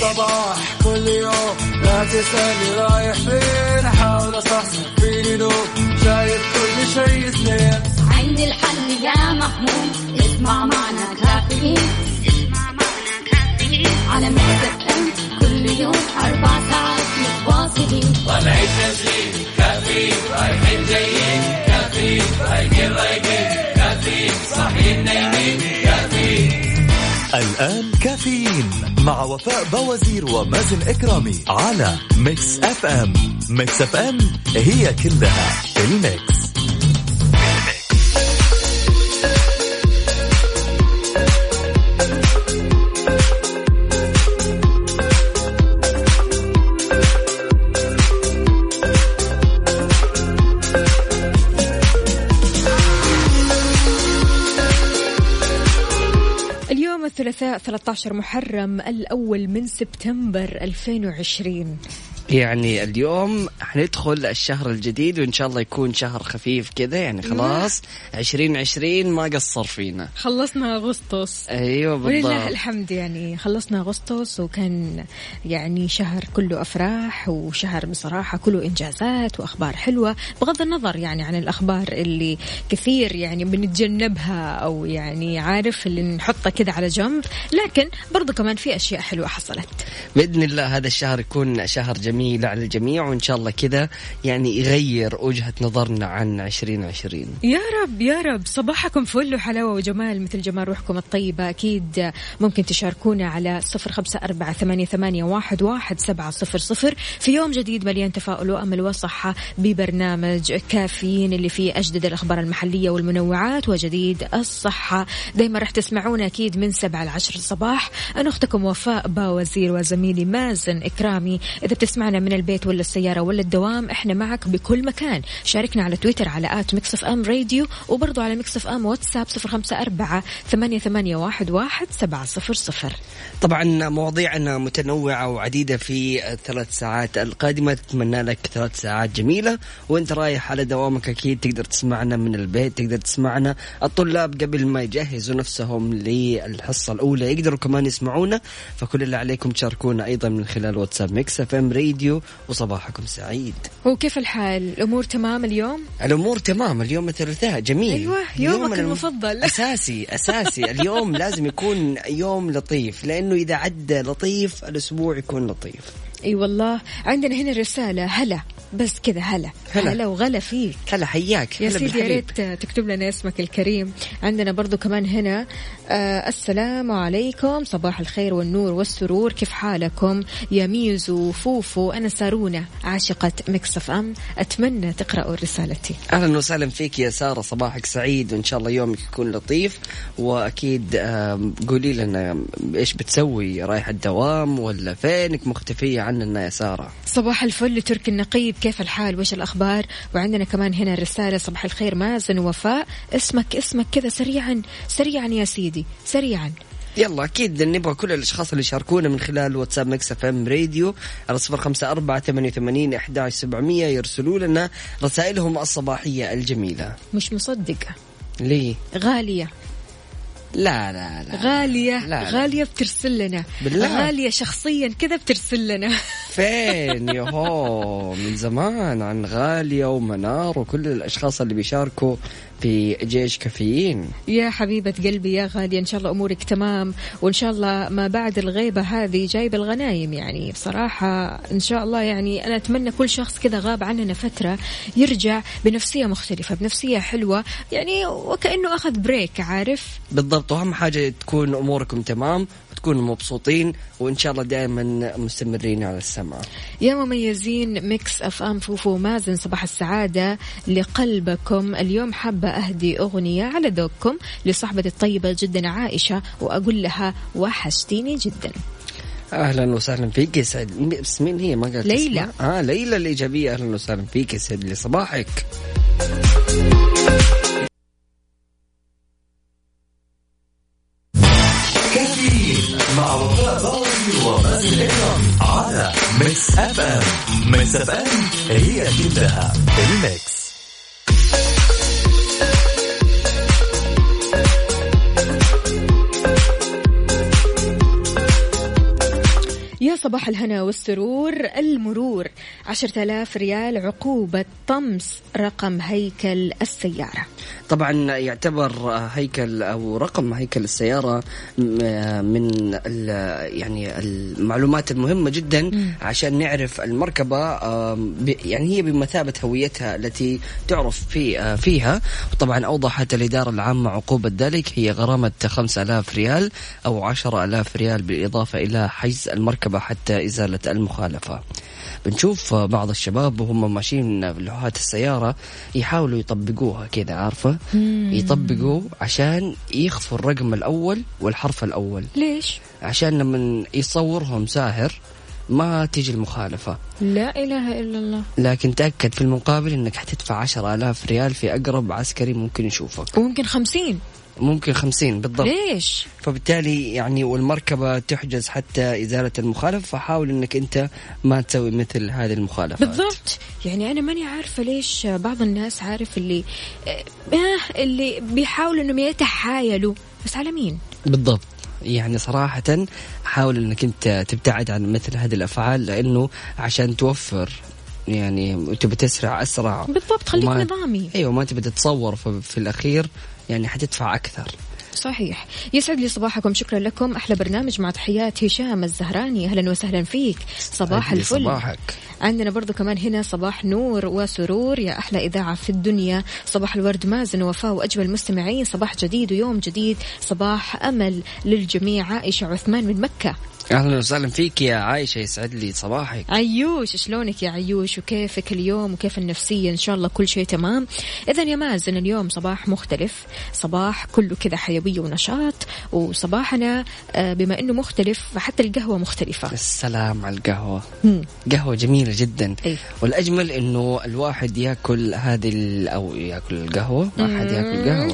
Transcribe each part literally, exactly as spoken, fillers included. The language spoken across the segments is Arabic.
الصباح كل يوم لا تسألني رايح فين أحاول أصحصح فيني لو شايف كل شيء سنين عندي الحل يا محمود اسمع معنا كافيين اسمع معنا كافيين على مكتب كل يوم أربع ساعات متواصلين طلعت تسليم كافيين رايحين جايين كافيين رايقين رايقين كافيين صاحيين نايمين كافيين. الآن كافيين مع وفاء بوازير ومازن إكرامي على ميكس أف أم. ميكس أف أم هي كلها الميكس. الثلاثاء ثلاثة عشر محرم الأول من سبتمبر ألفين وعشرين. يعني اليوم حندخل الشهر الجديد وإن شاء الله يكون شهر خفيف كذا يعني خلاص عشرين عشرين ما قصر فينا. خلصنا أغسطس. أيوة بالضبط. ولله الحمد يعني خلصنا أغسطس وكان يعني شهر كله أفراح وشهر بصراحة كله إنجازات وأخبار حلوة بغض النظر يعني عن الأخبار اللي كثير يعني بنتجنبها أو يعني عارف اللي نحطها كذا على جنب لكن برضو كمان في أشياء حلوة حصلت. بإذن الله هذا الشهر يكون شهر جميل على الجميع وإن شاء الله كذا يعني يغير وجهة نظرنا عن عشرين عشرين. يا رب يا رب. صباحكم فل وحلاوة وجمال مثل جمال روحكم الطيبة. أكيد ممكن تشاركونا على صفر خمسة أربعة ثمانية ثمانية واحد واحد سبعة صفر صفر في يوم جديد مليان تفاؤل وأمل وصحة ببرنامج كافيين اللي فيه أجدد الأخبار المحلية والمنوعات وجديد الصحة. دايما رح تسمعونا أكيد من سبعة لعشر الصباح. أنا أختكم وفاء باوزير وزميلي مازن إكرامي. إذا بتسمعنا من البيت ولا السيارة ولا الدوام احنا معك بكل مكان. شاركنا على تويتر على آت ميكس اف ام راديو وبرضو على ميكس اف ام واتساب صفر خمسة أربعة ثمانية ثمانية واحد واحد سبعة صفر صفر. طبعا مواضيعنا متنوعة وعديدة في الثلاث ساعات القادمة. تتمنى لك ثلاث ساعات جميلة وانت رايح على دوامك. أكيد تقدر تسمعنا من البيت تقدر تسمعنا. الطلاب قبل ما يجهزوا نفسهم للحصة الأولى يقدروا كمان يسمعونا. فكل اللي عليكم تشاركونا أيضا من خلال واتساب ميكس اف ام راديو وصباحكم سعيد. وكيف الحال؟ الأمور تمام اليوم؟ الأمور تمام. اليوم الثلاثاء جميل. أيوة يومك المفضل. أساسي أساسي اليوم لازم يكون يوم لطيف لأنه إذا عدى لطيف الأسبوع يكون لطيف. اي أيوة والله. عندنا هنا رسالة هلا بس كذا هلا هلا, هلا وغلا فيك. هلا حياك يا سيدي يا ريت تكتب لنا اسمك الكريم. عندنا برضو كمان هنا آه السلام عليكم صباح الخير والنور والسرور كيف حالكم يا ميزو فوفو. أنا سارونة عاشقة ميكس اف ام أتمنى تقرأوا رسالتي. أهلا وسهلا فيك يا سارة صباحك سعيد وإن شاء الله يومك يكون لطيف. وأكيد آه قولي لنا إيش بتسوي رايح الدوام ولا فينك مختفية عننا يا سارة. صباح الفل تركي النقيب كيف الحال وإيش الأخبار. وعندنا كمان هنا رسالة صباح الخير مازن وفاء اسمك اسمك كذا سريعا سريعا يا سيدي سريعا. يلا أكيد نبغى كل الأشخاص اللي يشاركونا من خلال واتساب ميكس اف ام راديو على صفر خمسة أربعة ثمانية ثمانين أحد عشر سبعمية يرسلوا لنا رسائلهم الصباحية الجميلة. مش مصدقة ليه؟ غالية. لا لا لا غالية. لا لا. غالية بترسل لنا بالله. غالية شخصيا كذا بترسل لنا. فين يهو من زمان عن غالية ومنار وكل الأشخاص اللي بيشاركوا في جيش كافيين. يا حبيبة قلبي يا غالية إن شاء الله أمورك تمام وإن شاء الله ما بعد الغيبة هذه جايب الغنايم. يعني بصراحة إن شاء الله يعني أنا أتمنى كل شخص كذا غاب عننا فترة يرجع بنفسية مختلفة بنفسية حلوة يعني وكأنه أخذ بريك عارف. بالضبط. وأهم حاجة تكون أموركم تمام وتكونوا مبسوطين وإن شاء الله دائما مستمرين على السمع. يا مميزين ميكس أف أم فوفو مازن صباح السعادة لقلبكم. اليوم حابة أهدي أغنية على ذوقكم لصاحبتي الطيبة جدا عائشة وأقول لها وحشتيني جدا. أهلا وسهلا فيك يسعد. بس مين هي ما قالت ليلى؟ آه ليلى الإيجابية. أهلا وسهلا فيك يسعد لي صباحك. كافيين مع وفاء باوزير ومازن إكرامي على ميكس اف ام. ميكس اف ام هي كلها الميكس. يا صباح الهنا والسرور. المرور عشرة آلاف ريال عقوبة طمس رقم هيكل السيارة. طبعا يعتبر هيكل أو رقم هيكل السيارة من يعني المعلومات المهمة جدا م. عشان نعرف المركبة يعني هي بمثابة هويتها التي تعرف في فيها. وطبعا أوضحت الإدارة العامة عقوبة ذلك هي غرامة خمسة آلاف ريال أو عشرة آلاف ريال بالإضافة إلى حجز المركبة حتى إزالة المخالفة. بنشوف بعض الشباب وهم ماشيين بلوحات السيارة يحاولوا يطبقوها كذا، عارفة؟ يطبقوا عشان يخفوا الرقم الأول والحرف الأول. ليش؟ عشان لما يصورهم ساهر ما تيجي المخالفة. لا إله إلا الله. لكن تأكد في المقابل إنك حتدفع عشرة آلاف ريال في أقرب عسكري ممكن يشوفك. وممكن خمسين. ممكن خمسين بالضبط. ليش؟ فبالتالي يعني والمركبة تحجز حتى إزالة المخالفة، فحاول إنك أنت ما تسوي مثل هذه المخالفات. بالضبط. يعني أنا ماني عارفة ليش بعض الناس عارف اللي آه اللي بيحاولوا إنهم يتحايلوا، بس على مين؟ بالضبط. يعني صراحة حاول إنك أنت تبتعد عن مثل هذه الأفعال، لأنه عشان توفر يعني تبي تسرع أسرع. بالضبط. خليك نظامي. أيوة ما تبي تتصور في الأخير يعني حتدفع أكثر. صحيح. يسعد لي صباحكم، شكرا لكم. أحلى برنامج مع تحيات هشام الزهراني. أهلا وسهلا فيك. صباح الفل. صباحك. عندنا برضو كمان هنا صباح نور وسرور، يا أحلى إذاعة في الدنيا. صباح الورد مازن ووفاء وأجمل مستمعين. صباح جديد ويوم جديد، صباح أمل للجميع. عائشة عثمان من مكة. أهلا وسهلا فيك يا عايشة، يسعد لي صباحك. عيوش، شلونك يا عيوش وكيفك اليوم وكيف النفسية؟ إن شاء الله كل شيء تمام. إذن يا مازن اليوم صباح مختلف، صباح كله كذا حيوية ونشاط، وصباحنا بما إنه مختلف فحتى القهوة مختلفة. السلام على القهوة. مم. قهوة جميلة جدا. أيه. والأجمل إنه الواحد يأكل هذه أو يأكل القهوة، ما حد يأكل قهوة.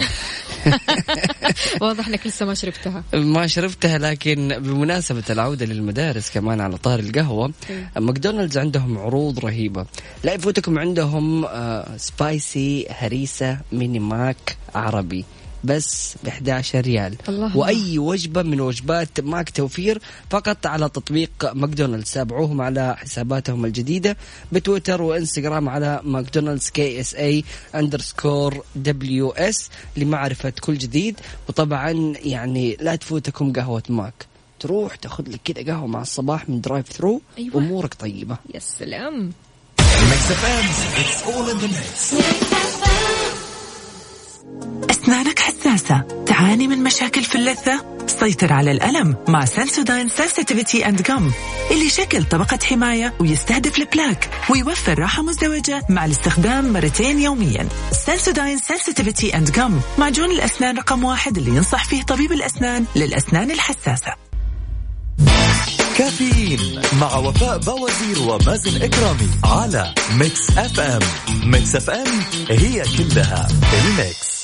واضح انك لسه ما شربتها. ما شربتها، لكن بمناسبة العودة للمدارس كمان على طار القهوة، ماكدونالدز عندهم عروض رهيبة. لا يفوتكم، عندهم آه سبايسي هريسة ميني ماك عربي بس بإحدى عشر ريال. الله. وأي وجبة من وجبات ماك توفير فقط على تطبيق ماكدونالدز. تابعوهم على حساباتهم الجديدة بتويتر وإنستغرام على ماكدونالدز كي اس اي اندرسكور دبليو اس لمعرفة كل جديد. وطبعا يعني لا تفوتكم قهوة ماك، تروح تاخذ لك كده قهوة مع الصباح من درايف ثرو. أيوة. أمورك طيبة. يا سلام. أسنانك حساسة، تعاني من مشاكل في اللثة؟ سيطر على الألم مع سنسوداين سنسيتيفيتي أند جم اللي شكل طبقة حماية ويستهدف البلاك ويوفر راحة مزدوجة مع الاستخدام مرتين يوميا. سنسوداين سنسيتيفيتي أند جم معجون الأسنان رقم واحد اللي ينصح فيه طبيب الأسنان للأسنان الحساسة. كافيين مع وفاء بوازير ومازن إكرامي على ميكس اف ام. ميكس اف ام هي كلها الميكس.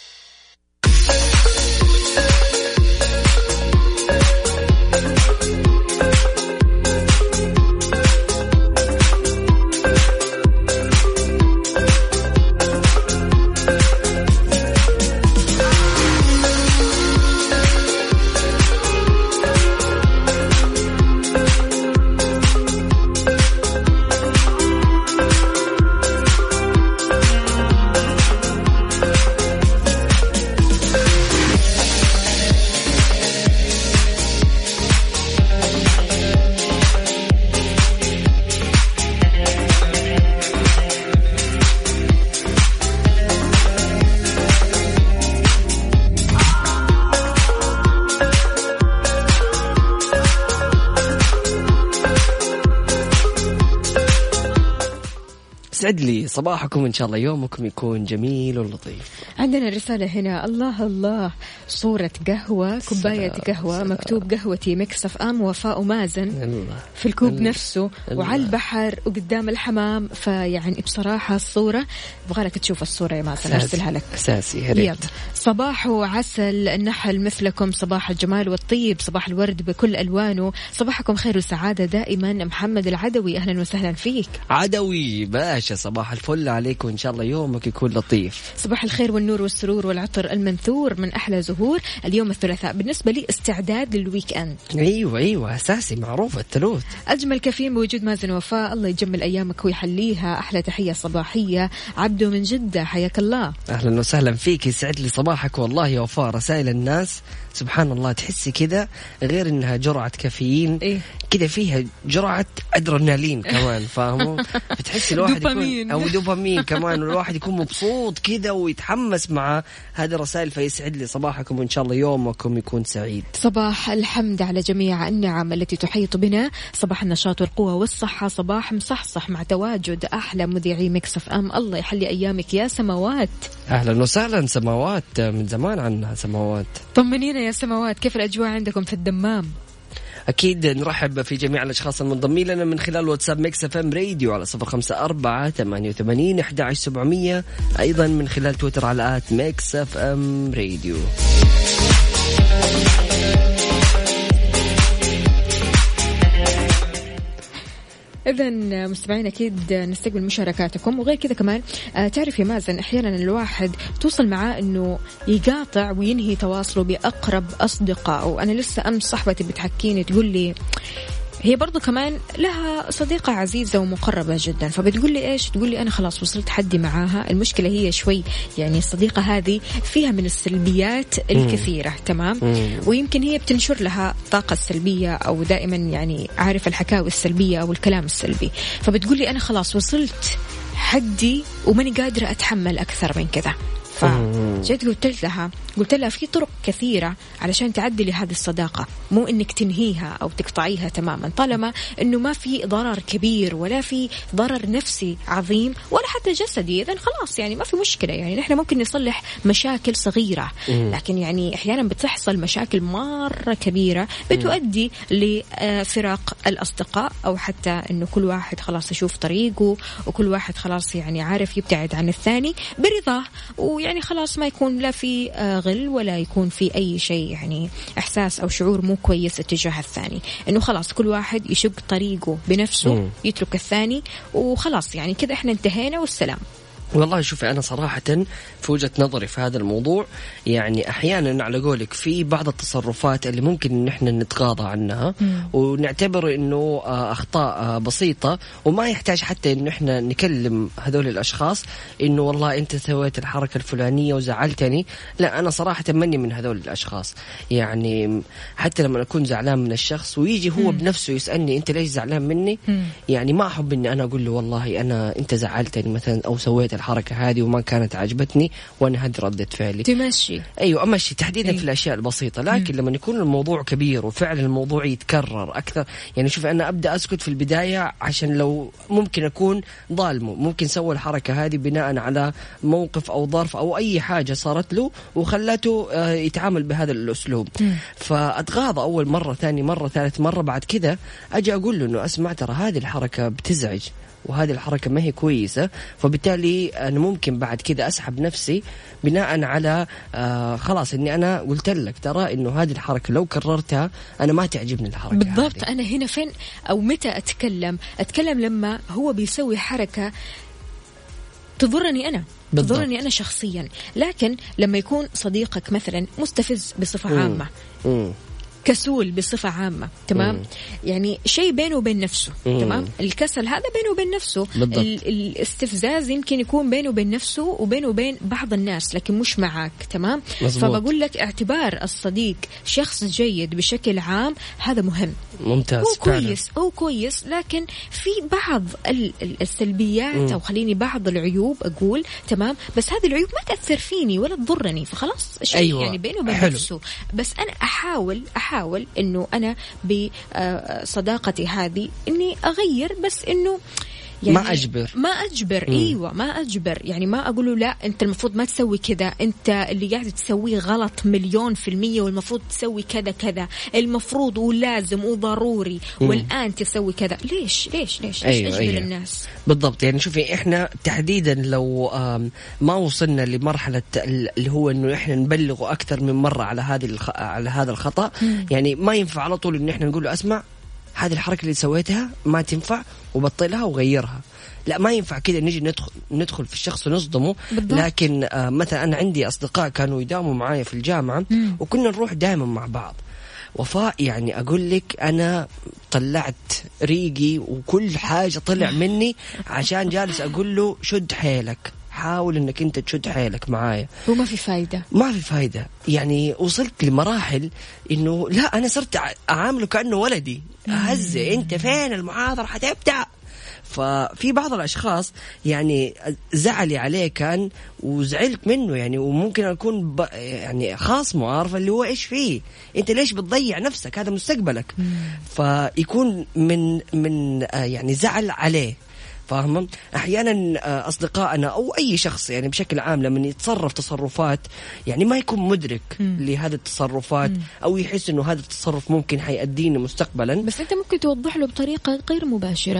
يسعد لي صباحكم، إن شاء الله يومكم يكون جميل ولطيف. عندنا رسالة هنا، الله الله، صورة قهوة، كوباية قهوة مكتوب قهوتي ميكس اف ام وفاء ومازن في الكوب الله. نفسه الله. وعلى البحر وقدام الحمام. فيعني بصراحة الصورة أبغالك تشوف الصورة يا مازن، أرسلها لك أساسي. هريت. صباح عسل النحل مثلكم، صباح الجمال والطيب، صباح الورد بكل ألوانه، صباحكم خير وسعادة دائما. محمد العدوي أهلا وسهلا فيك. عدوي باشا، صباح الفل عليك وإن شاء الله يومك يكون لطيف. صباح الخير والنور والسرور والعطر المنثور من أحلى زهور. اليوم الثلاثاء بالنسبة لي استعداد للويك أند. أيوة أيوة أساسي معروف الثلوث. أجمل كافيين بوجود مازن وفاء، الله يجمل أيامك ويحليها. أحلى تحية صباحية عبدو من جدة، حياك الله. أهلا وسهلا فيك، يسعد لي صباحك والله يا وفاء. رسائل الناس سبحان الله تحسي كذا غير إنها جرعة كافيين إيه؟ كذا فيها جرعة أدرينالين كمان فاهموا. بتحسي الواحد يكون أو دوبامين كمان والواحد يكون مبسوط كذا ويتحمس مع هذه الرسائل. فيسعد لي صباحكم وإن شاء الله يومكم يكون سعيد. صباح الحمد على جميع النعم التي تحيط بنا، صباح النشاط والقوة والصحة، صباح مصحصح مع تواجد أحلى مذيعي ميكس اف ام. الله يحلي أيامك يا سماوات. أهلا وسهلا سماوات، من زمان عنها سماوات. طمنينا يا سماوات، كيف الأجواء عندكم في الدمام؟ أكيد نرحب في جميع الأشخاص المنضمين لنا من خلال واتساب ميكس اف ام راديو على صفر خمسة أربعة ثمانية وثمانين أحد عشر سبعمية، أيضا من خلال تويتر على آت ميكس اف ام راديو. إذن مستمعين أكيد نستقبل مشاركاتكم، وغير كذا كمان تعرف يا مازن أحيانا الواحد توصل معاه إنه يقاطع وينهي تواصله بأقرب أصدقاء. وأنا لسه أمس صاحبتي بتحكيني تقول لي هي برضو كمان لها صديقة عزيزة ومقربة جدا، فبتقول لي إيش؟ تقول لي أنا خلاص وصلت حدي معاها. المشكلة هي شوي يعني الصديقة هذه فيها من السلبيات الكثيرة، تمام؟ ويمكن هي بتنشر لها طاقة سلبية أو دائما يعني عارف الحكاوي السلبية أو الكلام السلبي. فبتقول لي أنا خلاص وصلت حدي وماني قادرة أتحمل أكثر من كذا. فجيت قلت لها قلت لها في طرق كثيرة علشان تعدلي هذه الصداقة، مو إنك تنهيها أو تقطعيها تماما، طالما إنه ما في ضرر كبير ولا في ضرر نفسي عظيم ولا حتى جسدي، إذن خلاص يعني ما في مشكلة. يعني نحن ممكن نصلح مشاكل صغيرة، لكن يعني أحيانا بتحصل مشاكل مرة كبيرة بتؤدي لفراق الأصدقاء، أو حتى إنه كل واحد خلاص يشوف طريقه وكل واحد خلاص يعني عارف يبتعد عن الثاني برضاه، ويعني خلاص ما يكون لا في غل ولا يكون في أي شيء يعني إحساس أو شعور مو كويس اتجاه الثاني، إنه خلاص كل واحد يشق طريقه بنفسه مم. يترك الثاني وخلاص يعني كذا إحنا انتهينا والسلام. والله شوفي أنا صراحة في وجهة نظري في هذا الموضوع يعني أحيانا على قولك في بعض التصرفات اللي ممكن إن إحنا نتغاضى عنها مم. ونعتبر إنه أخطاء بسيطة وما يحتاج حتى إنه إحنا نكلم هذول الأشخاص إنه والله أنت سويت الحركة الفلانية وزعلتني. لا أنا صراحة مني من هذول الأشخاص، يعني حتى لما أكون زعلان من الشخص ويجي هو مم. بنفسه يسألني أنت ليش زعلان مني مم. يعني ما أحب إني أنا أقول له والله أنا أنت زعلتني مثلا أو سويت الحركة هذه وما كانت عجبتني وأنا هذه ردة فعلي. تمشي أيوة أمشي تحديدا أيوة. في الأشياء البسيطة، لكن مم. لما يكون الموضوع كبير وفعلا الموضوع يتكرر أكثر، يعني شوف أنا أبدأ أسكت في البداية عشان لو ممكن أكون ظالمه، ممكن سوى الحركة هذه بناء على موقف أو ظرف أو أي حاجة صارت له وخلاته يتعامل بهذا الأسلوب مم. فأتغاضى أول مرة، ثاني مرة، ثالث مرة، بعد كذا أجي أقول له إنه أسمع ترى هذه الحركة بتزعج وهذه الحركة ما هي كويسة، فبالتالي أنا ممكن بعد كذا أسحب نفسي بناء على آه خلاص إني أنا قلت لك ترى إنه هذه الحركة لو كررتها أنا ما تعجبني الحركة بالضبط هذه. أنا هنا فين أو متى أتكلم أتكلم لما هو بيسوي حركة تضرني أنا بالضبط. تضرني أنا شخصيا، لكن لما يكون صديقك مثلا مستفز بصفة مم. عامة مم. كسول بصفة عامة، تمام مم. يعني شيء بينه وبين نفسه مم. تمام، الكسل هذا بينه وبين نفسه، الاستفزاز يمكن يكون بينه وبين نفسه وبينه وبين بعض الناس لكن مش معك، تمام مزبوط. فبقول لك اعتبار الصديق شخص جيد بشكل عام هذا مهم ممتاز، هو كويس هو كويس لكن في بعض السلبيات مم. أو خليني بعض العيوب أقول تمام، بس هذه العيوب ما تأثر فيني ولا تضرني، فخلاص شيء أيوة. يعني بينه وبين حلو. نفسه، بس أنا أحاول أحاول أحاول إنه أنا بصداقتي هذه إني أغير، بس إنه يعني ما أجبر ما أجبر م. أيوة ما أجبر، يعني ما أقوله لا أنت المفروض ما تسوي كذا، أنت اللي قاعد تسويه غلط مليون في المية والمفروض تسوي كذا كذا، المفروض ولازم وضروري م. والآن تسوي كذا، ليش ليش ليش أيوة أجبر أيوة. الناس بالضبط. يعني شوفي إحنا تحديدا لو ما وصلنا لمرحلة اللي هو إنه إحنا نبلغه أكثر من مرة على هذه الخ... على هذا الخطأ م. يعني ما ينفع على طول إن إحنا نقول له أسمع هذه الحركة اللي سويتها ما تنفع وبطلها وغيرها. لا ما ينفع كده نيجي ندخل ندخل في الشخص ونصدمه. بالضبط. لكن آه مثلا أنا عندي أصدقاء كانوا يداوموا معايا في الجامعة م. وكنا نروح دائما مع بعض. وفاء يعني أقول لك أنا طلعت ريقي وكل حاجة طلع مني عشان جالس أقول له شد حيلك، حاول انك انت تشد حيلك معايا، وما في فايدة ما في فايدة. يعني وصلت لمراحل انه لا انا صرت اعامله كأنه ولدي، هزه انت فين المحاضرة حتبدأ. ففي بعض الأشخاص يعني زعلي عليه كان وزعلت منه يعني، وممكن أكون ب... يعني خاصمه، عارفة اللي هو إيش فيه أنت ليش بتضيع نفسك، هذا مستقبلك. مم. فيكون من من يعني زعل عليه، فاهمة؟ أحيانا أصدقائنا أو أي شخص يعني بشكل عام لما يتصرف تصرفات يعني ما يكون مدرك م. لهذه التصرفات م. أو يحس إنه هذا التصرف ممكن حيأدينا مستقبلا، بس أنت ممكن توضح له بطريقة غير مباشرة.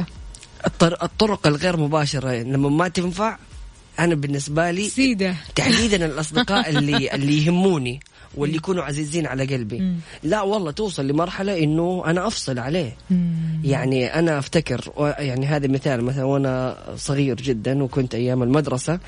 الطرق الغير مباشرة لما ما تنفع أنا بالنسبة لي سيدة. تحديدا الأصدقاء اللي اللي يهموني واللي يكونوا عزيزين على قلبي مم. لا والله توصل لمرحلة إنه أنا أفصل عليه. مم. يعني أنا أفتكر يعني هذا مثال مثلا وأنا صغير جدا وكنت أيام المدرسة،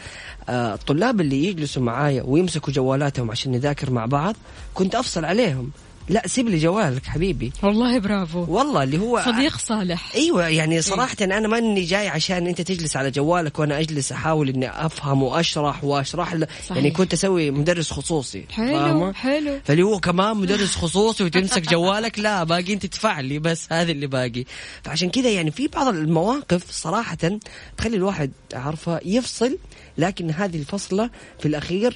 الطلاب اللي يجلسوا معايا ويمسكوا جوالاتهم عشان نذاكر مع بعض كنت أفصل عليهم، لا سيب لي جوالك حبيبي. والله برافو والله اللي هو صديق صالح. ايوه يعني صراحه إيه؟ انا ماني جاي عشان انت تجلس على جوالك وانا اجلس احاول اني افهم واشرح واشرح ل... يعني كنت اسوي مدرس خصوصي. حلو حلو. فاللي هو كمان مدرس خصوصي وتمسك جوالك، لا باقي انت تدفع لي بس، هذا اللي باقي. فعشان كذا يعني في بعض المواقف صراحه تخلي الواحد عارفه يفصل، لكن هذه الفصله في الاخير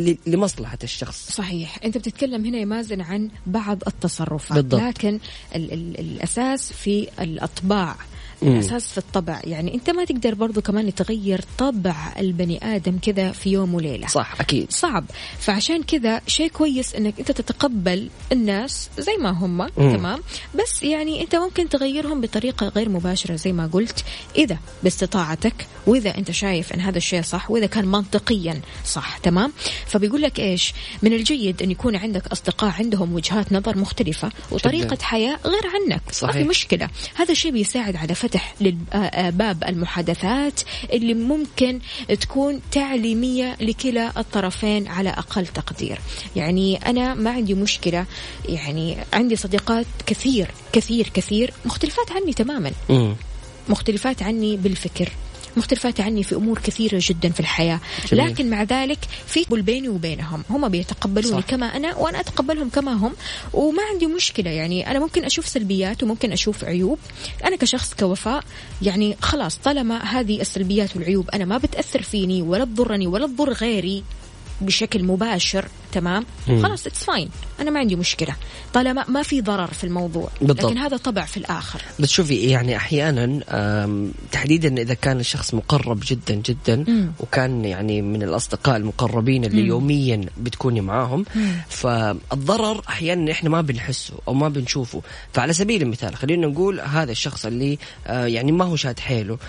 لمصلحة الشخص. صحيح. أنت بتتكلم هنا يا مازن عن بعض التصرفات بالضبط. لكن ال ال الأساس في الأطباع، الأساس في الطبع. يعني أنت ما تقدر برضو كمان تغير طبع البني آدم كذا في يوم وليلة، صح أكيد صعب. فعشان كذا شيء كويس أنك أنت تتقبل الناس زي ما هم تمام، بس يعني أنت ممكن تغيرهم بطريقة غير مباشرة زي ما قلت إذا باستطاعتك، وإذا أنت شايف أن هذا الشيء صح وإذا كان منطقيا صح تمام. فبيقول لك إيش، من الجيد أن يكون عندك أصدقاء عندهم وجهات نظر مختلفة وطريقة جدا. حياة غير عنك. صحيح. ما في مشكلة، هذا الشيء بيساعد على فتح باب المحادثات اللي ممكن تكون تعليمية لكلا الطرفين على أقل تقدير. يعني أنا ما عندي مشكلة، يعني عندي صديقات كثير كثير كثير مختلفات عني تماما، م. مختلفات عني بالفكر، مختلفات عني في أمور كثيرة جدا في الحياة، جميل. لكن مع ذلك في قبول بيني وبينهم، هم بيتقبلوني صح. كما أنا وأنا أتقبلهم كما هم، وما عندي مشكلة. يعني أنا ممكن أشوف سلبيات وممكن أشوف عيوب، أنا كشخص كوفاء يعني خلاص طالما هذه السلبيات والعيوب أنا ما بتأثر فيني ولا تضرني ولا تضر غيري بشكل مباشر تمام، خلاص it's fine، أنا ما عندي مشكلة طالما ما في ضرر في الموضوع. بالضبط. لكن هذا طبع في الآخر. بتشوفي يعني أحيانا تحديدا إذا كان الشخص مقرب جدا جدا مم. وكان يعني من الأصدقاء المقربين اللي مم. يوميا بتكوني معاهم، مم. فالضرر أحيانا إحنا ما بنحسه أو ما بنشوفه. فعلى سبيل المثال خلينا نقول هذا الشخص اللي يعني ما هو شاد حيله،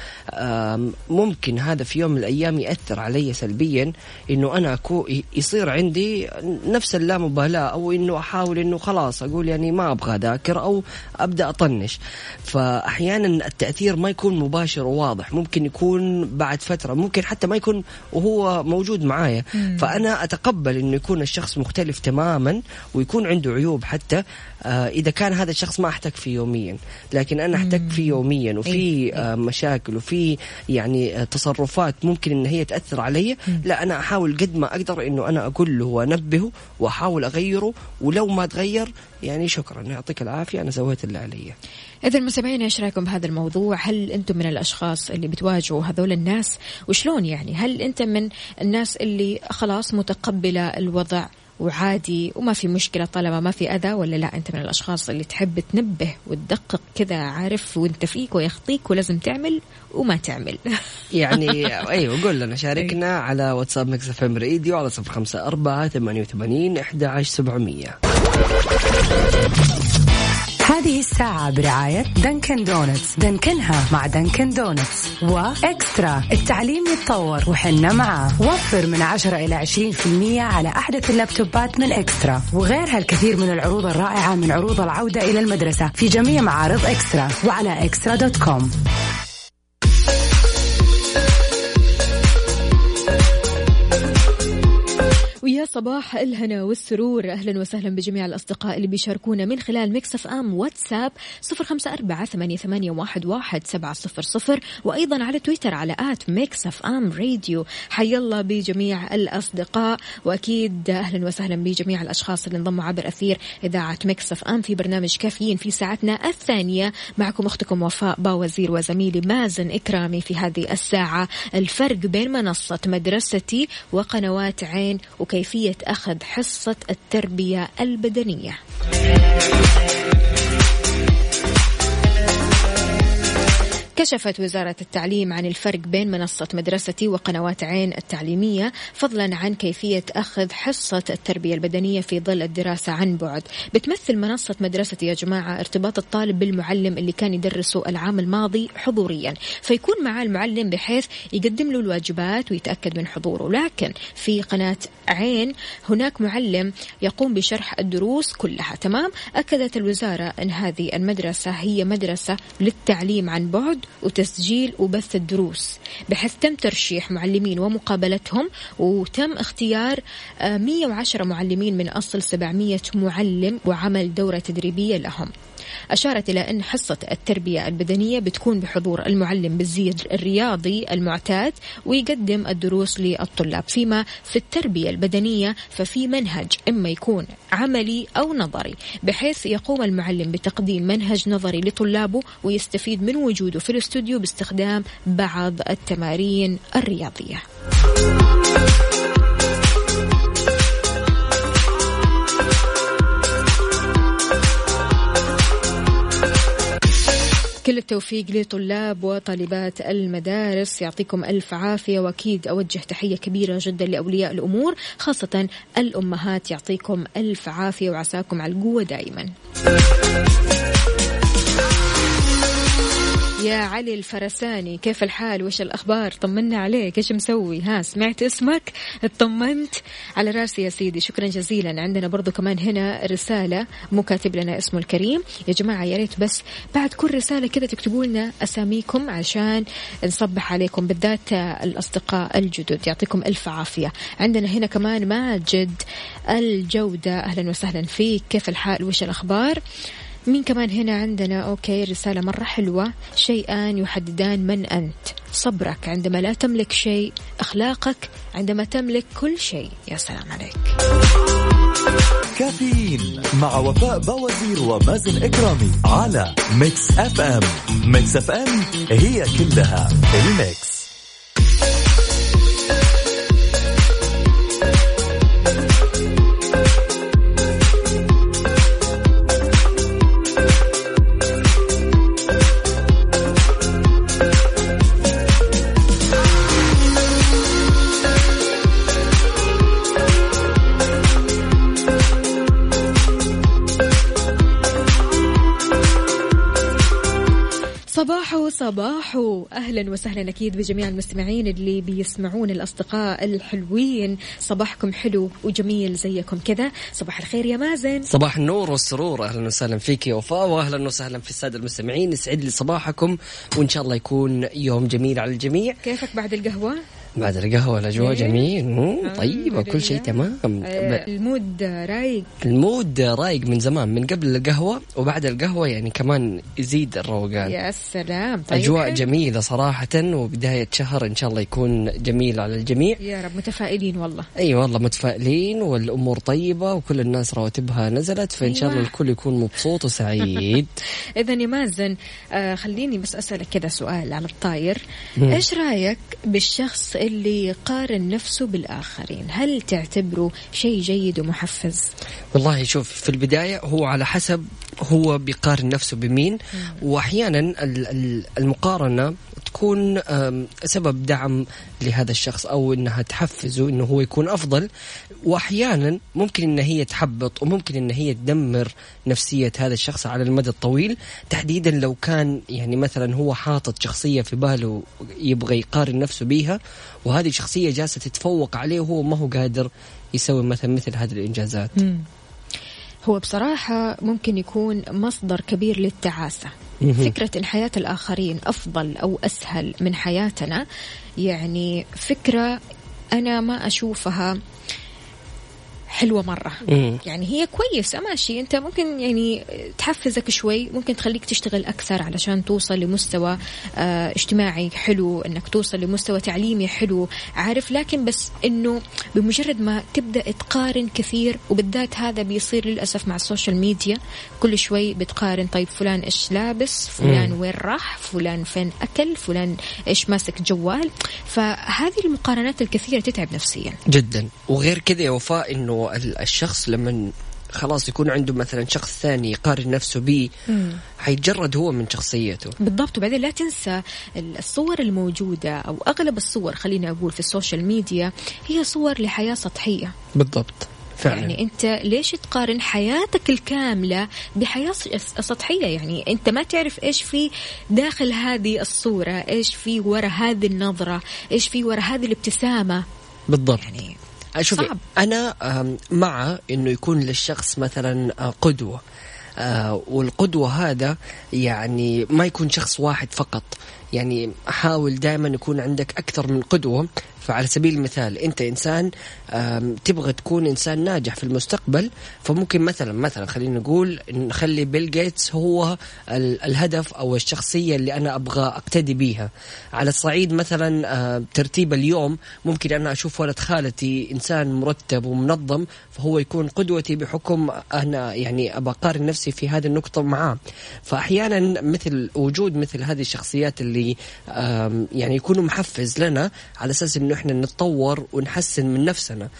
ممكن هذا في يوم من الأيام يأثر علي سلبيا، إنه أنا أكون يصير عندي نفس اللامبالاة، أو إنه أحاول إنه خلاص أقول يعني ما أبغى أذاكر أو أبدأ أطنش. فأحيانا التأثير ما يكون مباشر وواضح، ممكن يكون بعد فترة، ممكن حتى ما يكون وهو موجود معايا. فأنا أتقبل إنه يكون الشخص مختلف تماما ويكون عنده عيوب، حتى آه إذا كان هذا الشخص ما أحتك فيه يوميا، لكن أنا أحتك فيه يوميا وفي آه مشاكل وفي يعني آه تصرفات ممكن إن هي تأثر علي. لا أنا أحاول قد ما أقدر إنه أنا أقول له وأنبهه وأحاول أغيره، ولو ما تغير يعني شكرا يعطيك العافية أنا سويت اللي علي. إذا المستمعين إيش رأيكم بهذا الموضوع؟ هل أنتم من الأشخاص اللي بتواجهوا هذول الناس وشلون؟ يعني هل أنت من الناس اللي خلاص متقبلة الوضع وعادي وما في مشكلة طالما ما في أذى، ولا لا أنت من الأشخاص اللي تحب تنبه وتدقق كذا عارف وانت فيك ويخطيك ولازم تعمل وما تعمل؟ يعني أيوة قول لنا، شاركنا على واتساب ميكس اف ام راديو على صفر خمسة أربعة ثمانية وثمانين أحد عشر سبعمية. هذه الساعة برعاية دانكن دونتس، دانكنها مع دانكن دونتس. وإكسترا، التعليم يتطور وحنا معاه. وفر من عشرة إلى عشرين في المية على أحدث اللابتوبات من إكسترا، وغيرها الكثير من العروض الرائعة من عروض العودة إلى المدرسة في جميع معارض إكسترا وعلى إكسترا دوت كوم. ويا صباح الهنا والسرور، أهلا وسهلا بجميع الأصدقاء اللي بيشاركونا من خلال ميكس اف ام واتساب صفر خمسة أربعة ثمانية ثمانية واحد واحد سبعة صفر صفر، وأيضا على تويتر على آت ميكس اف ام راديو. حي الله بجميع الأصدقاء، وأكيد أهلا وسهلا بجميع الأشخاص اللي انضموا عبر أثير إذاعة ميكس اف ام في برنامج كافيين في ساعتنا الثانية. معكم أختكم وفاء باوزير وزميلي مازن إكرامي في هذه الساعة. الفرق بين منصة مدرستي وقنوات عين وكيفية أخذ حصة التربية البدنية. كشفت وزارة التعليم عن الفرق بين منصة مدرستي وقنوات عين التعليمية، فضلا عن كيفية أخذ حصة التربية البدنية في ظل الدراسة عن بعد. بتمثل منصة مدرستي يا جماعة ارتباط الطالب بالمعلم اللي كان يدرسه العام الماضي حضوريا، فيكون معاه المعلم بحيث يقدم له الواجبات ويتأكد من حضوره. لكن في قناة عين هناك معلم يقوم بشرح الدروس كلها. تمام. أكدت الوزارة أن هذه المدرسة هي مدرسة للتعليم عن بعد وتسجيل وبث الدروس، بحيث تم ترشيح معلمين ومقابلتهم، وتم اختيار مئة وعشرة معلمين من أصل سبعمئة معلم وعمل دورة تدريبية لهم. أشارت إلى أن حصة التربية البدنية بتكون بحضور المعلم بالزي الرياضي المعتاد ويقدم الدروس للطلاب، فيما في التربية البدنية ففي منهج إما يكون عملي أو نظري، بحيث يقوم المعلم بتقديم منهج نظري لطلابه ويستفيد من وجوده في الاستوديو باستخدام بعض التمارين الرياضية. كل التوفيق لطلاب وطالبات المدارس، يعطيكم ألف عافية. وأكيد أوجه تحية كبيرة جدا لأولياء الأمور خاصة الأمهات، يعطيكم ألف عافية وعساكم على القوة دائما. يا علي الفرساني، كيف الحال وش الأخبار؟ طمنا عليك، إيش مسوي؟ ها سمعت اسمك؟ اطمنت؟ على راسي يا سيدي، شكرا جزيلا. عندنا برضو كمان هنا رسالة مو كاتب لنا اسمه الكريم. يا جماعة يا ريت بس بعد كل رسالة كذا تكتبوا لنا أساميكم عشان نصبح عليكم، بالذات الأصدقاء الجدد. يعطيكم ألف عافية. عندنا هنا كمان ماجد الجودة، أهلا وسهلا فيك، كيف الحال وش الأخبار؟ مين كمان هنا عندنا؟ أوكي رسالة مرة حلوة. شيئان يحددان من أنت، صبرك عندما لا تملك شيء، أخلاقك عندما تملك كل شيء. يا سلام عليك. كافيين مع وفاء باوزير ومازن إكرامي على ميكس اف ام. ميكس اف ام هي كلها الميكس. صباحو صباحو، أهلا وسهلا أكيد بجميع المستمعين اللي بيسمعون، الأصدقاء الحلوين. صباحكم حلو وجميل زيكم كذا. صباح الخير يا مازن. صباح النور والسرور، أهلا وسهلا فيك يا وفاء، وأهلا وسهلا في السادة المستمعين. يسعد لي صباحكم وإن شاء الله يكون يوم جميل على الجميع. كيفك بعد القهوة؟ بعد القهوة الأجواء جميل طيبة، كل شيء تمام. المود رايق، المود رايق من زمان، من قبل القهوة وبعد القهوة يعني كمان يزيد الروقان. يا سلام. طيب أجواء حلو. جميلة صراحة، وبداية شهر إن شاء الله يكون جميل على الجميع يا رب. متفائلين والله. أي أيوة والله متفائلين، والأمور طيبة وكل الناس رواتبها نزلت، فإن شاء الله الكل يكون مبسوط وسعيد. إذن يا مازن آه خليني بس أسألك كذا سؤال على الطاير. م. إيش رأيك بالشخص اللي يقارن نفسه بالآخرين؟ هل تعتبره شيء جيد ومحفز؟ والله شوف، في البداية هو على حسب هو بيقارن نفسه بمين. م. وأحيانا المقارنة تكون سبب دعم لهذا الشخص أو إنها تحفزه إنه هو يكون أفضل. وأحيانا ممكن إن هي تحبط وممكن إن هي تدمر نفسية هذا الشخص على المدى الطويل، تحديدا لو كان يعني مثلا هو حاطط شخصية في باله يبغى يقارن نفسه بيها، وهذه شخصية جالسة تتفوق عليه وهو ما هو قادر يسوي مثلا مثل هذه الإنجازات. مم. هو بصراحة ممكن يكون مصدر كبير للتعاسة. فكرة إن حياة الآخرين أفضل أو أسهل من حياتنا، يعني فكرة أنا ما أشوفها حلوة مرة. مم. يعني هي كويسة ماشي، أنت ممكن يعني تحفزك شوي، ممكن تخليك تشتغل أكثر علشان توصل لمستوى اه اجتماعي حلو، أنك توصل لمستوى تعليمي حلو، عارف. لكن بس أنه بمجرد ما تبدأ تقارن كثير، وبالذات هذا بيصير للأسف مع السوشيال ميديا، كل شوي بتقارن، طيب فلان إيش لابس، فلان مم. وين راح، فلان فين أكل، فلان إيش ماسك جوال. فهذه المقارنات الكثيرة تتعب نفسيا جدا. وغير كذا يا وفاء إنه الشخص لما خلاص يكون عنده مثلا شخص ثاني يقارن نفسه به، حيتجرد هو من شخصيته. بالضبط. وبعدين لا تنسى الصور الموجودة أو أغلب الصور خليني أقول في السوشيال ميديا هي صور لحياة سطحية. بالضبط فعلا. يعني أنت ليش تقارن حياتك الكاملة بحياة سطحية؟ يعني أنت ما تعرف إيش في داخل هذه الصورة، إيش في وراء هذه النظرة، إيش في وراء هذه الابتسامة. بالضبط. يعني أشوف أنا مع إنه يكون للشخص مثلا قدوة، والقدوة هذا يعني ما يكون شخص واحد فقط، يعني حاول دائما يكون عندك أكثر من قدوة. فعلى سبيل المثال أنت إنسان تبغى تكون إنسان ناجح في المستقبل، فممكن مثلا مثلا خلينا نقول نخلي بيل جيتس هو الهدف أو الشخصية اللي أنا أبغى أقتدي بيها. على الصعيد مثلا ترتيب اليوم، ممكن أنا أشوف ولد خالتي إنسان مرتب ومنظم، فهو يكون قدوتي بحكم أنا يعني أبغى أقارن نفسي في هذه النقطة معاه. فأحيانا مثل وجود مثل هذه الشخصيات اللي يعني يكونوا محفز لنا على أساس إنه إحنا نتطور ونحسن من نفسنا.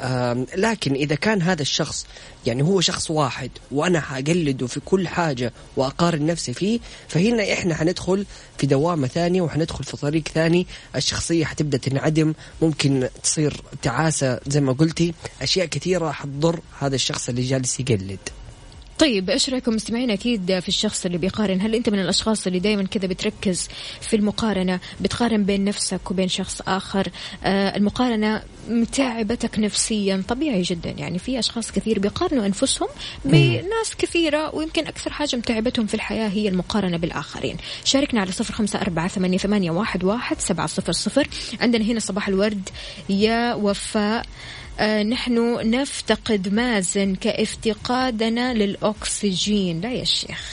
لكن إذا كان هذا الشخص يعني هو شخص واحد وأنا حقلده في كل حاجة وأقارن نفسي فيه، فهنا إحنا حندخل في دوامة ثانية وحندخل في طريق ثاني، الشخصية حتبدأ تنعدم، ممكن تصير تعاسة زي ما قلتي، أشياء كثيرة حتضر هذا الشخص اللي جالس يقلد. طيب إيش رأيكم مستمعين أكيد في الشخص اللي بيقارن؟ هل أنت من الأشخاص اللي دايما كذا بتركز في المقارنة، بتقارن بين نفسك وبين شخص آخر؟ آه المقارنة متعبتك نفسيا، طبيعي جدا. يعني في أشخاص كثير بيقارنوا أنفسهم بناس كثيرة، ويمكن أكثر حاجة متعبتهم في الحياة هي المقارنة بالآخرين. شاركنا على صفر خمسة أربعة ثمانية ثمانية واحد واحد سبعة صفر صفر. عندنا هنا صباح الورد يا وفاء. آه نحن نفتقد مازن كافتقادنا للأكسجين. لا يا شيخ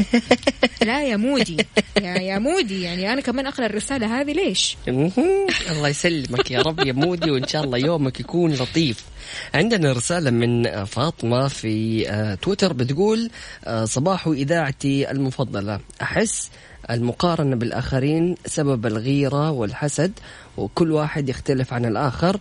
لا يا مودي يا, يا مودي، يعني أنا كمان أقرأ الرسالة هذه ليش؟ الله يسلمك يا رب يا مودي، وإن شاء الله يومك يكون لطيف. عندنا رسالة من فاطمة في تويتر بتقول صباح إذاعتي المفضلة، أحس المقارنة بالآخرين سبب الغيرة والحسد، وكل واحد يختلف عن الآخر.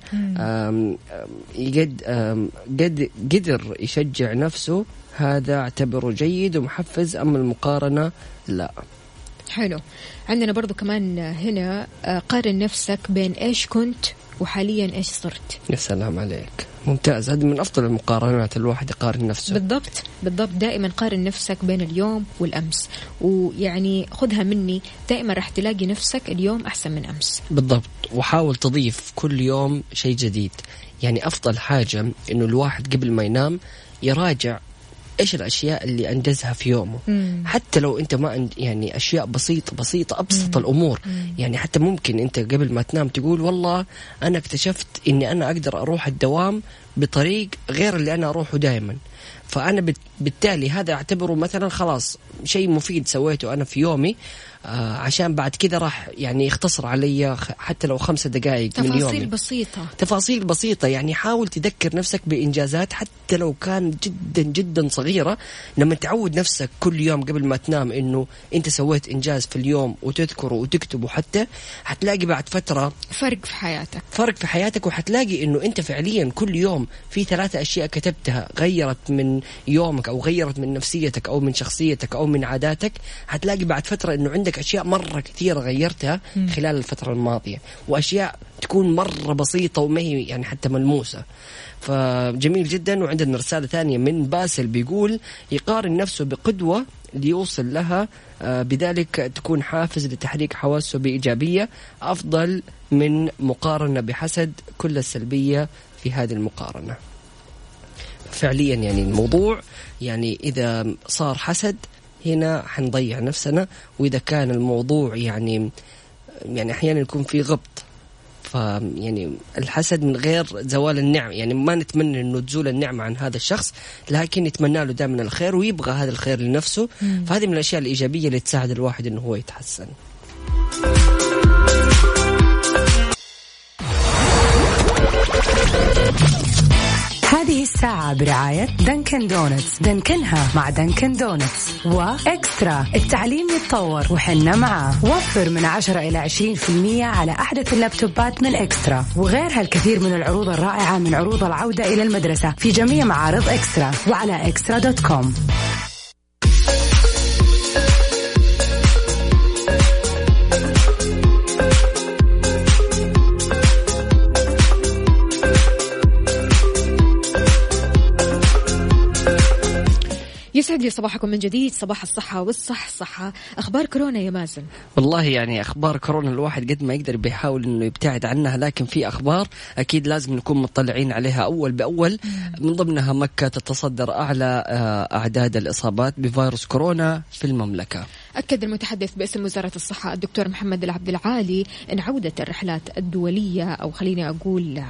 قد قد قدر يشجع نفسه، هذا اعتبره جيد ومحفز، أما المقارنة لا. حلو. عندنا برضو كمان هنا قارن نفسك بين إيش كنت وحاليا إيش صرت. يا سلام عليك، ممتاز. هذه من أفضل المقارنات، الواحد يقارن نفسه. بالضبط بالضبط. دائما قارن نفسك بين اليوم والأمس، ويعني خذها مني دائما راح تلاقي نفسك اليوم أحسن من أمس. بالضبط. وحاول تضيف كل يوم شيء جديد. يعني أفضل حاجة إنه الواحد قبل ما ينام يراجع إيش الأشياء اللي أنجزها في يومه. مم. حتى لو أنت ما يعني أشياء بسيطة بسيطة أبسط مم. الأمور. مم. يعني حتى ممكن أنت قبل ما تنام تقول والله أنا اكتشفت إني أنا أقدر أروح الدوام بطريق غير اللي أنا أروحه دائما، فأنا بالتالي هذا أعتبره مثلا خلاص شيء مفيد سويته أنا في يومي، آه عشان بعد كده راح يعني يختصر علي حتى لو خمسة دقائق من يومي. تفاصيل بسيطة تفاصيل بسيطة يعني حاول تذكر نفسك بإنجازات حتى لو كان جدا جدا صغيرة. لما تعود نفسك كل يوم قبل ما تنام إنه أنت سويت إنجاز في اليوم وتذكره وتكتبه، حتى حتلاقي بعد فترة فرق في حياتك فرق في حياتك وحتلاقي إنه أنت فعليا كل يوم في ثلاثة أشياء كتبتها غيرت غيرت من يومك أو غيرت من نفسيتك أو من شخصيتك أو من عاداتك، هتلاقي بعد فترة إنه عندك أشياء مرة كثيرة غيرتها خلال الفترة الماضية، وأشياء تكون مرة بسيطة وما هي يعني حتى ملموسة. فجميل جدا. وعندنا رسالة ثانية من باسل بيقول يقارن نفسه بقدوة ليوصل لها، بذلك تكون حافز لتحريك حواسه بإيجابية أفضل من مقارنة بحسد، كل السلبية في هذه المقارنة. فعليا يعني الموضوع يعني إذا صار حسد هنا حنضيع نفسنا، وإذا كان الموضوع يعني يعني أحيانا يكون في غبط، فيعني الحسد من غير زوال النعم، يعني ما نتمنى إنه تزول النعمة عن هذا الشخص، لكن نتمنى له دائما الخير ويبغى هذا الخير لنفسه. مم. فهذه من الأشياء الإيجابية اللي تساعد الواحد إنه هو يتحسن. هذه الساعة برعاية دانكن دونتس، دانكنها مع دانكن دونتس، وإكسترا التعليم يتطور وحنا معاه. وفر من عشرة إلى عشرين في المية على أحدث اللابتوبات من إكسترا، وغيرها الكثير من العروض الرائعة من عروض العودة إلى المدرسة في جميع معارض إكسترا وعلى إكسترا دوت كوم. يسعد لي صباحكم من جديد، صباح الصحة والصح صحة. أخبار كورونا يا مازن؟ والله يعني أخبار كورونا الواحد قد ما يقدر بيحاول إنه يبتعد عنها، لكن في أخبار أكيد لازم نكون مطلعين عليها أول بأول. من ضمنها مكة تتصدر أعلى أعداد الإصابات بفيروس كورونا في المملكة. أكد المتحدث باسم وزارة الصحة الدكتور محمد العبد العالي أن عودة الرحلات الدولية، أو خليني أقول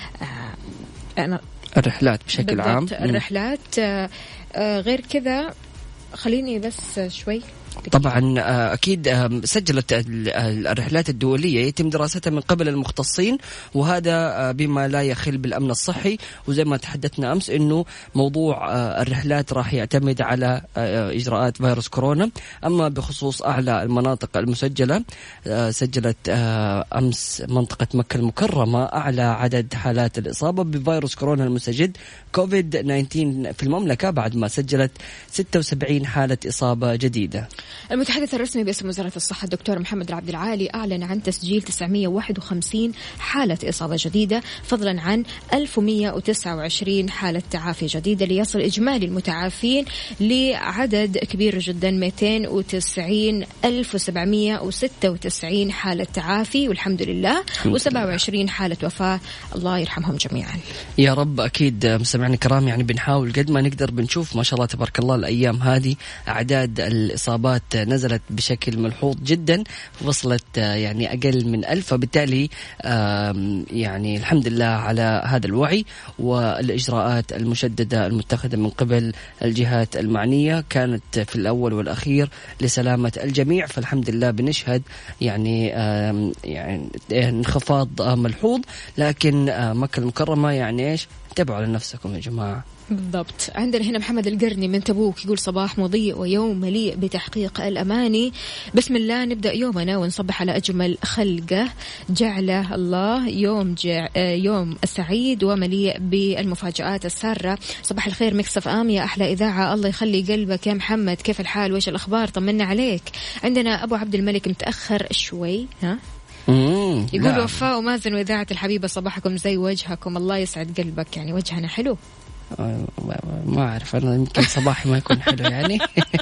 أنا الرحلات بشكل عام، الرحلات غير كذا، خليني بس شوي. طبعا أكيد سجلت الرحلات الدولية يتم دراستها من قبل المختصين، وهذا بما لا يخل بالأمن الصحي. وزي ما تحدثنا أمس إنه موضوع الرحلات راح يعتمد على إجراءات فيروس كورونا. أما بخصوص أعلى المناطق المسجلة، سجلت أمس منطقة مكة المكرمة أعلى عدد حالات الإصابة بفيروس كورونا المستجد كوفيد تسعة عشر في المملكة، بعد ما سجلت ستة وسبعين حالة إصابة جديدة. المتحدث الرسمي باسم وزارة الصحة الدكتور محمد العبد العالي أعلن عن تسجيل تسعمائة وواحد وخمسين حالة إصابة جديدة، فضلا عن ألف ومئة وتسعة وعشرين حالة تعافي جديدة، ليصل إجمالي المتعافين لعدد كبير جدا مئتين وتسعين ألف وسبعمائة وستة وتسعين حالة تعافي والحمد لله، وسبعة وعشرين حالة وفاة، الله يرحمهم جميعا يا رب. أكيد مستمعينا الكرام يعني بنحاول قد ما نقدر، بنشوف ما شاء الله تبارك الله الأيام هذه أعداد الإصابات نزلت بشكل ملحوظ جدا، وصلت يعني أقل من ألف، فبالتالي يعني الحمد لله على هذا الوعي والإجراءات المشددة المتخذة من قبل الجهات المعنية كانت في الأول والأخير لسلامة الجميع. فالحمد لله بنشهد يعني يعني انخفاض ملحوظ، لكن مكة المكرمة يعني إيش، انتبهوا على نفسكم يا جماعة. بالضبط. عندنا هنا محمد القرني من تبوك يقول صباح مضيء ويوم مليء بتحقيق الأماني، بسم الله نبدأ يومنا ونصبح على أجمل خلقه، جعله الله يوم جع... يوم السعيد ومليء بالمفاجآت السارة. صباح الخير ميكس اف ام يا أحلى إذاعة، الله يخلي قلبك يا محمد، كيف الحال وإيش الأخبار، طمنا عليك. عندنا أبو عبد الملك متأخر شوي، ها يقول نعم. وفاء ومازن وإذاعة الحبيبة صباحكم زي وجهكم، الله يسعد قلبك، يعني وجهنا حلو. ما أعرف أنا، يمكن صباحي ما يكون حلو يعني.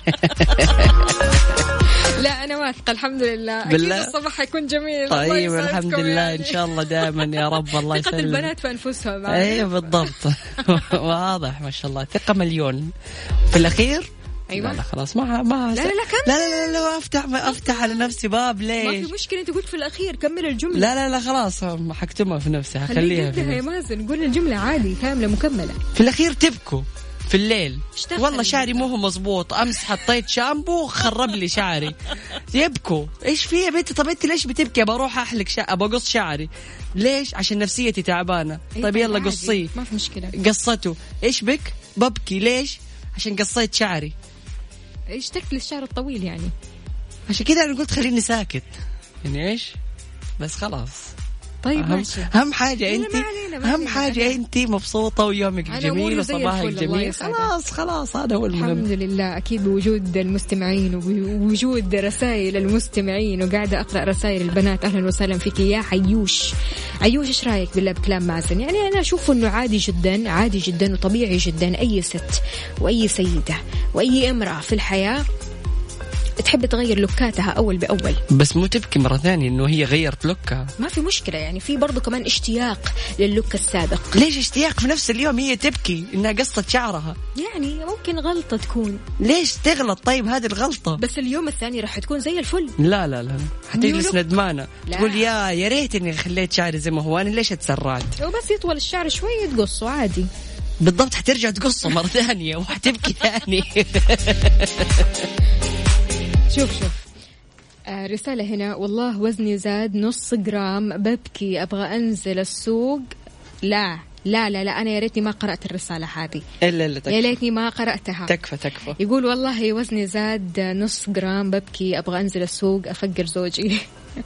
لا أنا واثقة الحمد لله، بالله أكيد الصباح يكون جميل. طيب الحمد لله يعني. إن شاء الله دائما يا رب. الله يسلمك. ثقة البنات في أنفسهم. أيوة بالضبط. واضح ما شاء الله، ثقة مليون في الأخير. أيوة. لا لا خلاص ما ما لا لا لا لا لا, لا, لا أفتح ما أفتح على نفسي باب ليش؟ ما في مشكلة، أنت قلت في الأخير كمل الجملة. لا لا لا خلاص حكتمها في نفسي، هخليها في نفسي. يا مازن قول الجملة عادي كاملة مكملة. في الأخير تبكوا في الليل، والله شعري مو هو مزبوط، أمس حطيت شامبو خرب لي شعري. يبكوا إيش فيه يا بنتي؟ طب أنت ليش بتبكي؟ بروح أحلق شعري، بقص شعري ليش؟ عشان نفسيتي تعبانة. طيب يلا قصيه، ما في مشكلة. قصته إيش بك؟ ببكي ليش؟ عشان قصيت شعري. ايش تكفل الشعر الطويل يعني؟ عشان كذا انا قلت خليني ساكت يعني ايش، بس خلاص طيب أهم, ماشي. أهم حاجة أنت أهم حاجة أنا. أنت مبسوطة ويومك جميل وصباحك جميل. خلاص خلاص هذا هو المهم. الحمد لله. أكيد بوجود المستمعين ووجود رسائل المستمعين، وقاعدة أقرأ رسائل البنات. أهلا وسهلا فيك يا عيوش. عيوش إيش رأيك بالله بكلام مازن؟ يعني أنا أشوف إنه عادي جدا، عادي جدا وطبيعي جدا أي ست وأي سيدة وأي امرأة في الحياة تحب تغير لوكاتها أول بأول، بس مو تبكي مرة ثانية إنه هي غيرت لوكها. ما في مشكلة، يعني في برضو كمان اشتياق للوك السابق. ليش اشتياق في نفس اليوم هي تبكي إنها قصت شعرها؟ يعني ممكن غلطة تكون. ليش تغلط؟ طيب هذه الغلطة، بس اليوم الثاني راح تكون زي الفل. لا لا لا حتجلس ندمانة تقول يا يا ريت إني خليت شعري زي ما هو، أنا ليش اتسرعت؟ وبس يطول الشعر شوية تقصه عادي. بالضبط، حترجع تقصه مرة ثانية وحتبكي ثاني. شوف شوف آه رسالة هنا، والله وزني زاد نص جرام ببكي أبغى أنزل السوق. لا لا لا لا أنا يا ريتني ما قرأت الرسالة هذه. إلا إلا يا ليتني ما قرأتها. تكفى تكفى. يقول والله وزني زاد نص جرام ببكي أبغى أنزل السوق أفقر زوجي.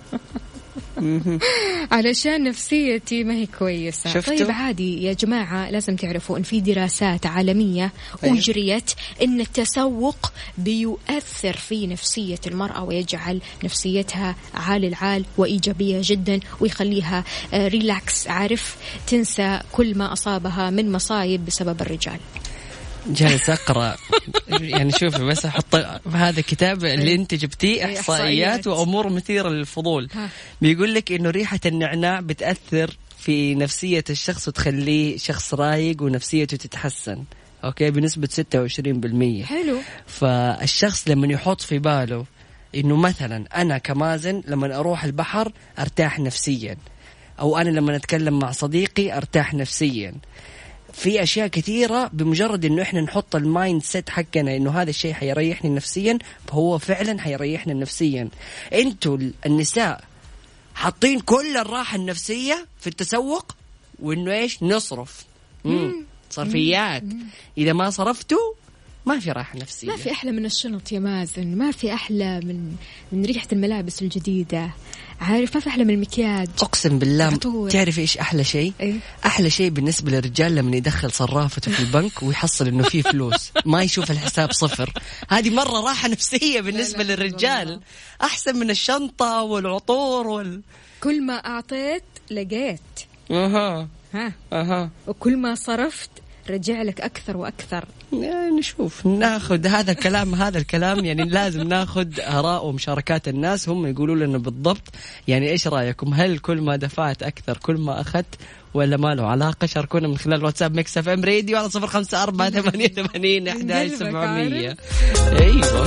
علشان نفسيتي ما هي كويسة. شفتوا؟ طيب عادي يا جماعة، لازم تعرفوا إن في دراسات عالمية أجريت إن التسوق بيؤثر في نفسية المرأة ويجعل نفسيتها عال العال وإيجابية جدا، ويخليها ريلاكس، عارف، تنسى كل ما أصابها من مصايب بسبب الرجال. جالس أقرأ يعني شوفي بس أحط هذا كتاب اللي أنت جبتيه إحصائيات وأمور مثيرة للفضول. بيقول لك إنه ريحة النعناع بتأثر في نفسية الشخص وتخليه شخص رايق ونفسيته تتحسن، أوكي، بنسبة ستة وعشرين بالمية. حلو. فالشخص لما يحط في باله إنه مثلا أنا كمازن لما أروح البحر أرتاح نفسيا، أو أنا لما أتكلم مع صديقي أرتاح نفسيا، في أشياء كثيرة بمجرد إنه إحنا نحط المايند سيت حقنا إنه هذا الشيء حيريحني نفسيا، فهو فعلا حيريحنا نفسيا. أنتوا النساء حاطين كل الراحة النفسية في التسوق، وإنه إيش نصرف مم. صرفيات. مم. إذا ما صرفتوا ما في راحة نفسية. ما في أحلى من الشنط يا مازن، ما في أحلى من من ريحة الملابس الجديدة، عارف، ما في أحلى من المكياج. أقسم بالله عطور. تعرف إيش أحلى شيء؟ إيه؟ أحلى شيء بالنسبة للرجال لما يدخل صرافته في البنك ويحصل إنه فيه فلوس، ما يشوف الحساب صفر. هذه مرة راحة نفسية بالنسبة لا لا للرجال الله. أحسن من الشنطة والعطور وال... كل ما أعطيت لقيت. أها ها أها وكل ما صرفت رجع لك أكثر وأكثر. يعني نشوف ناخذ هذا الكلام هذا الكلام يعني لازم ناخذ آراء ومشاركات الناس، هم يقولوا لنا بالضبط يعني إيش رأيكم، هل كل ما دفعت أكثر كل ما أخذت ولا ما له علاقة؟ شاركونا من خلال واتساب ميكس اف ام راديو على صفر خمسة أربعة ثمانية ثمانين أحد عشر سبعمية. أيوة.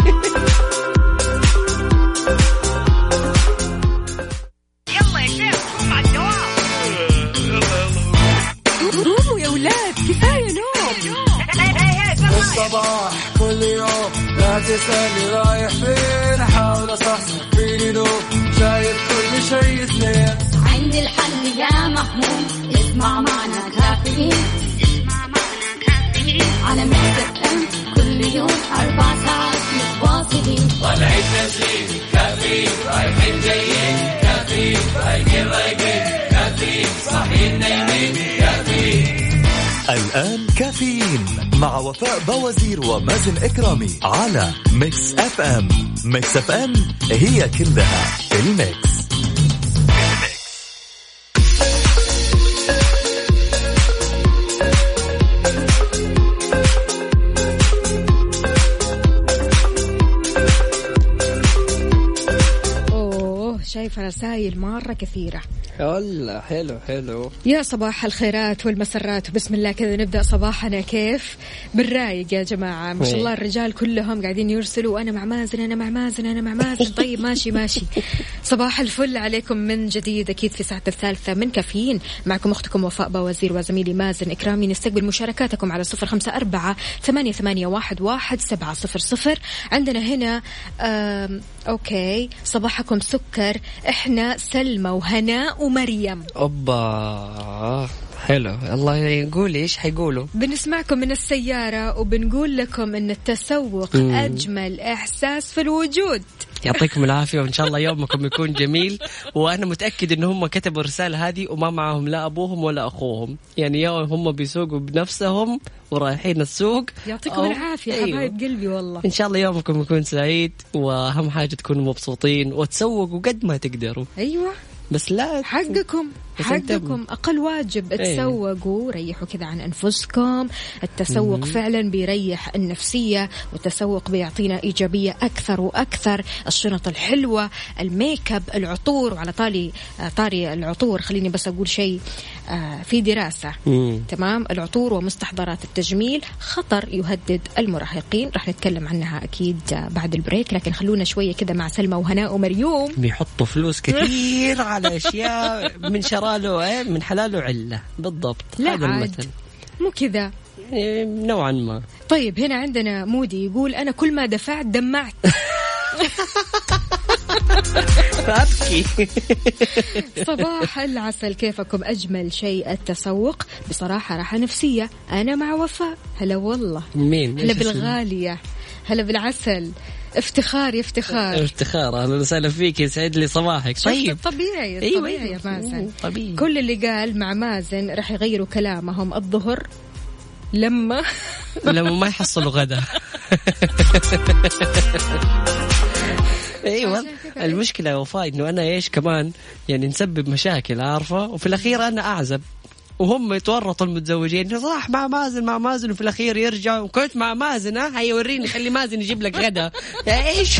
يلا يا شيخ قوم على الدوام. قوموا يا ولاد كفاية نوم. الصباح كل يوم لا تسألني رايح فين، أحاول أصحصح فيني نوم، شايف كل شيء اثنين. عندي الحل يا محمود، اسمع معنا كافيين، اسمع معنا كافيين على مكتب أم كل يوم أربع ساعات متواصلين. طالعين نازلين كافيين، رايحين جايين كافيين، رايقين رايقين كافيين، صاحيين نايمين كافيين. الآن كافيين مع وفاء بوازير ومازن إكرامي على ميكس اف ام. ميكس اف ام هي كلها في الميكس. أوه شايفة رسائل مرة كثيرة. والله حلو حلو. يا صباح الخيرات والمسرات، وبسم الله كذا نبدأ صباحنا كيف بالرايق يا جماعة. ما شاء الله الرجال كلهم قاعدين يرسلوا أنا مع مازن أنا مع مازن أنا مع مازن. طيب ماشي ماشي. صباح الفل عليكم من جديد، أكيد في ساعة الثالثة من كافيين، معكم أختكم وفاء بوازير وزميلي مازن إكرامي. نستقبل مشاركاتكم على صفر خمسة أربعة ثمانية ثمانية واحد واحد سبعة صفر صفر. عندنا هنا أوكي صباحكم سكر، إحنا سلمى وهناء ومريم. أوبا حلو. الله يقول إيش حيقولوا. بنسمعكم من السيارة وبنقول لكم إن التسوق مم. أجمل إحساس في الوجود. يعطيكم العافية وإن شاء الله يومكم يكون جميل. وأنا متأكد إن هم كتبوا الرسالة هذه وما معهم لا أبوهم ولا أخوهم، يعني يوم هم بيسوقوا بنفسهم ورايحين السوق. يعطيكم العافية أيوة. حبايب قلبي والله إن شاء الله يومكم يكون سعيد، وأهم حاجة تكونوا مبسوطين وتسوقوا قد ما تقدروا. أيوة بس لا حقكم حقكم أقل واجب تسوقوا، ريحوا كذا عن أنفسكم. التسوق مم. فعلا بيريح النفسية، والتسوق بيعطينا إيجابية أكثر وأكثر. الشنط الحلوة، الميك اب، العطور. وعلى طاري طاري العطور خليني بس أقول شيء، في دراسة مم. تمام، العطور ومستحضرات التجميل خطر يهدد المراهقين. رح نتكلم عنها أكيد بعد البريك، لكن خلونا شوية كذا مع سلمى وهناء ومريوم. بيحطوا فلوس كثير على أشياء من شراله من حلاله علة بالضبط. لا هذا المثل مو كذا نوعا ما. طيب هنا عندنا مودي يقول أنا كل ما دفعت دمعت. أبكي. صباح العسل، كيفكم؟ أجمل شيء التسوق بصراحة راحة نفسية. أنا مع وفاء. هلا والله. مين؟ هلا بالغالية، هلا بالعسل. افتخار افتخار افتخار. أهلا وسهلا فيك، يسعد لي صباحك. طيب طبيعي أيوة طبيعي أيوة. يا مازن طبيعي. كل اللي قال مع مازن راح يغيروا كلامهم الظهر لما لما ما يحصلوا غدا. ايوه المشكله يا وفاء انه انا ايش كمان يعني نسبب مشاكل عارفه، وفي الاخير انا اعزب وهم يتورطوا المتزوجين. صح مع مازن مع مازن وفي الأخير يرجع وكنت مع مازن. ها هيوريني خلي مازن يجيب لك غدا. إيش؟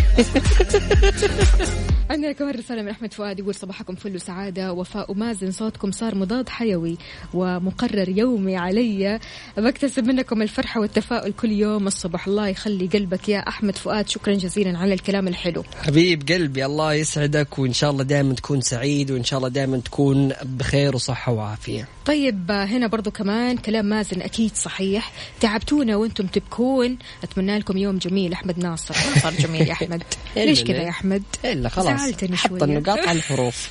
عندنا كمان رسالة من أحمد فؤاد يقول صباحكم فل وسعادة وفاء ومازن، صوتكم صار مضاد حيوي ومقرر يومي علي، بكتسب منكم الفرحة والتفاؤل كل يوم الصبح. الله يخلي قلبك يا أحمد فؤاد، شكرا جزيلا على الكلام الحلو. حبيب قلبي الله يسعدك، وإن شاء الله دائما تكون سعيد، وإن شاء الله دائما تكون بخير وصحة وعافية. طيب هنا برضو كمان كلام مازن أكيد صحيح، تعبتونا وانتم تبكون، أتمنى لكم يوم جميل. أحمد ناصر ما صار جميل يا أحمد. ليش كذا يا أحمد؟ إلا خلاص حط النقاط على الحروف.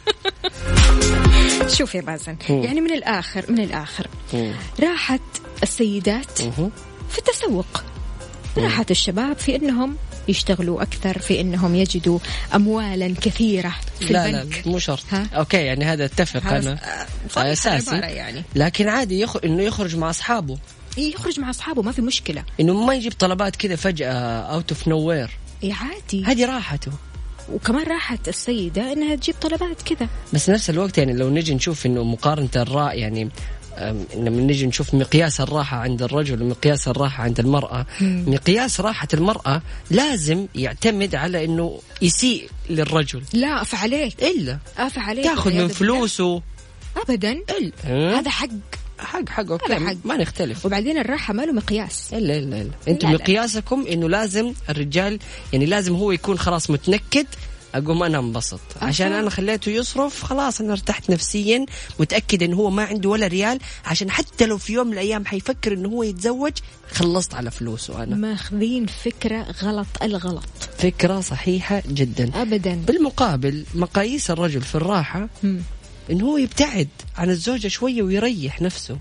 شوف يا مازن، يعني من الآخر من الآخر راحت السيدات في التسوق، راحت الشباب في إنهم يشتغلوا أكثر، في إنهم يجدوا أموالا كثيرة في لا البنك. لا مو شرط. أوكي يعني هذا اتفق أنا أساسي، يعني. لكن عادي يخ... إنه يخرج مع أصحابه. يخرج مع أصحابه ما في مشكلة، إنه ما يجيب طلبات كذا فجأة out of nowhere. إيه عادي، هذه راحته. وكمان راحت السيدة إنها تجيب طلبات كذا. بس نفس الوقت يعني لو نجي نشوف إنه مقارنة الراء يعني لما نجي نشوف مقياس الراحة عند الرجل ومقياس الراحة عند المرأة، مم. مقياس راحة المرأة لازم يعتمد على إنه يسيء للرجل. لا أف عليك إلا أف عليك تأخذ من فلوسه أبدا. إلا هذا حق حق حق أوكي حق. ما نختلف. وبعدين الراحة ما له مقياس. إلا إلا إلا أنتم مقياسكم إنه لازم الرجال يعني لازم هو يكون خلاص متنكد، أقوم أنا انبسط عشان أنا خليته يصرف، خلاص أنا ارتحت نفسيا، متأكد إنه هو ما عنده ولا ريال، عشان حتى لو في يوم من الأيام حيفكر إنه هو يتزوج خلصت على فلوسه. أنا ماخذين فكرة غلط الغلط. فكرة صحيحة جدا أبدا. بالمقابل مقاييس الرجل في الراحة م. إنه هو يبتعد عن الزوجة شوية ويريح نفسه،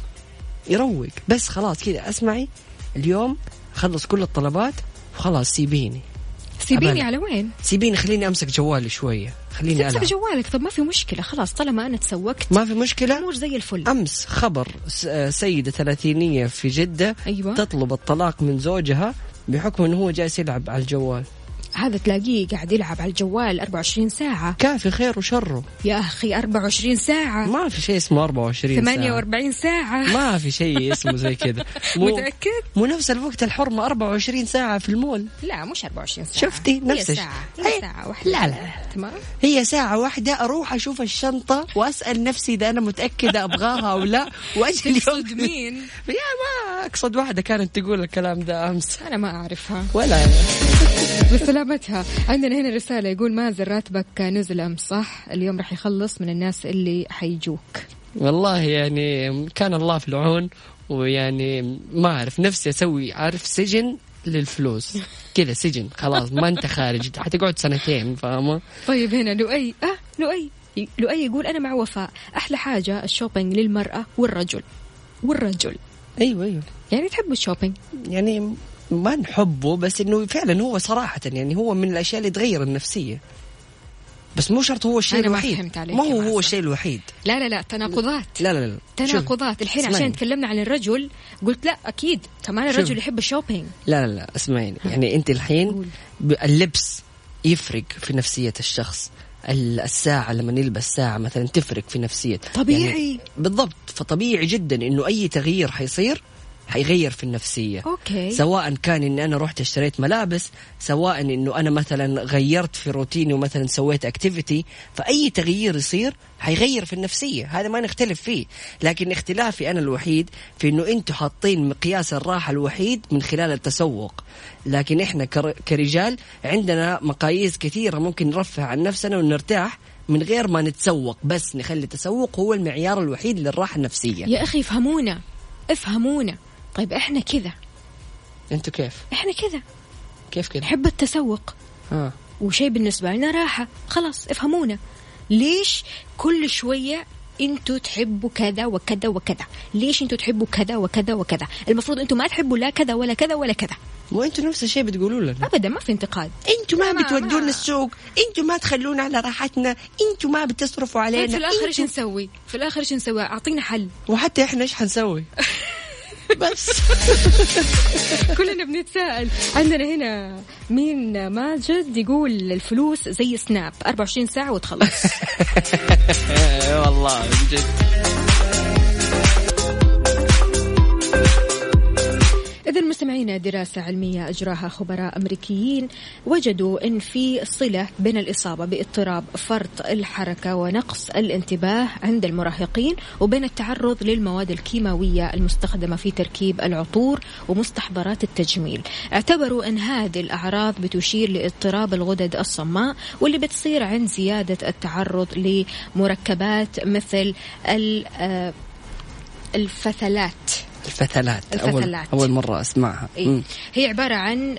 يروق بس خلاص كذا. أسمعي اليوم خلص كل الطلبات وخلاص سيبيني سيبيني أبانا. على وين؟ سيبيني خليني أمسك جوالي شوية، خليني تمسك جوالك. طب ما في مشكلة خلاص طالما أنا تسوقت ما في مشكلة، أمور زي الفل. أمس خبر سيدة ثلاثينية في جدة أيوة. تطلب الطلاق من زوجها بحكم أنه هو جالس يلعب على الجوال. هذا تلاقيه قاعد يلعب على الجوال أربعة وعشرين ساعة. كافي خير وشره يا أخي. أربعة وعشرين ساعة ما في شيء اسمه أربعة وعشرين ساعة، ثمانية وأربعين ساعة ما في شيء اسمه زي كذا. متأكد؟ مو نفس الوقت الحرمة أربعة وعشرين ساعة في المول. لا مش أربعة وعشرين ساعة. شفتي نفس هي ساعة. هي ساعة واحدة. لا لا تمام هي ساعة واحدة، أروح أشوف الشنطة وأسأل نفسي إذا أنا متأكدة أبغاها أو لا، وأجل تقصد مين؟ يا ما أقصد واحدة كانت تقول الكلام ده أمس، أنا ما أعرفها ولا بسلامتها. عندنا هنا رسالة يقول مازن راتبك نزل أمس صح؟ اليوم رح يخلص من الناس اللي حيجوك. والله يعني كان الله في العون، ويعني ما أعرف نفسي أسوي عارف سجن للفلوس كذا، سجن خلاص ما أنت خارج حتقعد سنتين فاهمة. طيب هنا لؤي أه لؤي لؤي يقول أنا مع وفاء، أحلى حاجة الشوبينج للمرأة والرجل والرجل أيوة أيوة يعني تحب الشوبينج؟ يعني ما نحبه، بس إنه فعلا هو صراحة يعني هو من الأشياء اللي تغير النفسية، بس مو شرط هو الشيء الوحيد. ما هو هو الشيء الوحيد. لا لا لا تناقضات. لا لا لا تناقضات. الحين عشان تكلمنا عن الرجل قلت لا أكيد كمان الرجل شوف. يحب الشوبينج. لا لا لا اسمعيني، يعني أنت الحين اللبس يفرق في نفسية الشخص. الساعة لما نلبس ساعة مثلا تفرق في نفسية طبيعي يعني بالضبط. فطبيعي جدا إنه أي تغيير حيصير حيغير في النفسية. أوكي. سواء كان إن أنا رحت اشتريت ملابس، سواء إنه أنا مثلا غيرت في روتيني ومثلا سويت اكتيفيتي، فأي تغيير يصير حيغير في النفسية، هذا ما نختلف فيه. لكن اختلافي أنا الوحيد في إنه أنتوا حاطين مقياس الراحة الوحيد من خلال التسوق، لكن إحنا كرجال عندنا مقاييس كثيرة ممكن نرفع عن نفسنا ونرتاح من غير ما نتسوق، بس نخلي التسوق هو المعيار الوحيد للراحة النفسية. يا أخي افهمونا افهمونا. طيب إحنا كذا، أنتوا كيف؟ إحنا كذا كيف كذا؟ نحب التسوق آه. وشيء بالنسبة لنا راحة، خلاص افهمونا. ليش كل شوية انتوا تحبوا كذا وكذا وكذا؟ ليش انتوا تحبوا كذا وكذا وكذا؟ المفروض انتوا ما تحبوا لا كذا ولا كذا ولا كذا. مو انتوا نفس الشيء بتقولوا لنا. ابدا ما في انتقاد. انتوا ما, ما بتودونا السوق، انتوا ما تخلونا على راحتنا، انتوا ما بتصرفوا علينا. في الاخر ايش نسوي؟ في الاخر ايش نسوي؟ اعطينا حل. وحتى احنا ايش حنسوي؟ بس كلنا بنتساءل. عندنا هنا مين ماجد يقول الفلوس زي سناب أربعة وعشرين ساعة وتخلص. والله بجد. إذا المستمعين، دراسة علمية أجراها خبراء أمريكيين وجدوا أن في صلة بين الإصابة باضطراب فرط الحركة ونقص الانتباه عند المراهقين وبين التعرض للمواد الكيماوية المستخدمة في تركيب العطور ومستحضرات التجميل. اعتبروا أن هذه الأعراض بتشير لاضطراب الغدد الصماء واللي بتصير عند زيادة التعرض لمركبات مثل الفتلات. الفتلات, الفتلات. أول, أول مرة أسمعها. إيه؟ هي عبارة عن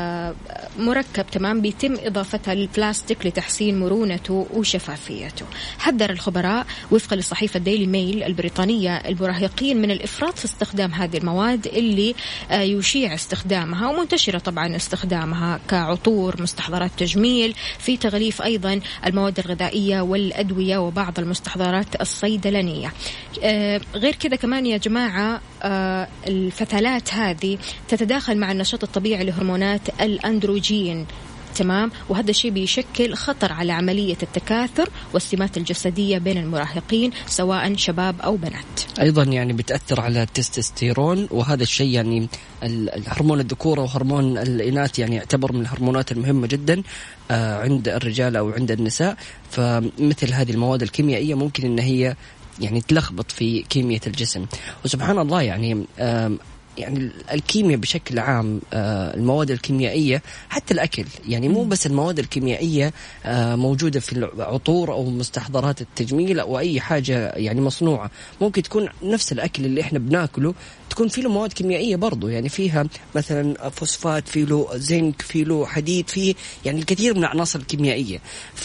مركب تمام بيتم إضافتها للبلاستيك لتحسين مرونته وشفافيته. حذر الخبراء وفقا لصحيفة ديلي ميل البريطانية المراهقين من الإفراط في استخدام هذه المواد اللي يشيع استخدامها ومنتشرة طبعا استخدامها كعطور، مستحضرات تجميل، في تغليف أيضا المواد الغذائية والأدوية وبعض المستحضرات الصيدلانية. غير كذا كمان يا جماعة الفتلات هذه تتداخل مع النشاط الطبيعي لهرمونات الأندروجين، تمام، وهذا الشيء بيشكل خطر على عملية التكاثر والسمات الجسدية بين المراهقين سواء شباب أو بنات. أيضا يعني بتأثر على التستوستيرون، وهذا الشيء يعني الهرمون الذكورة وهرمون الإناث يعني يعتبر من الهرمونات المهمة جدا عند الرجال أو عند النساء. فمثل هذه المواد الكيميائية ممكن إن هي يعني تلخبط في كيمياء الجسم. وسبحان الله يعني يعني الكيمياء بشكل عام، المواد الكيميائية حتى الأكل، يعني مو بس المواد الكيميائية موجودة في العطور أو مستحضرات التجميل أو أي حاجة يعني مصنوعة، ممكن تكون نفس الأكل اللي إحنا بناكله تكون فيه مواد كيميائية برضو، يعني فيها مثلا فوسفات، فيه له زنك، فيه له حديد، فيه يعني الكثير من العناصر الكيميائية. ف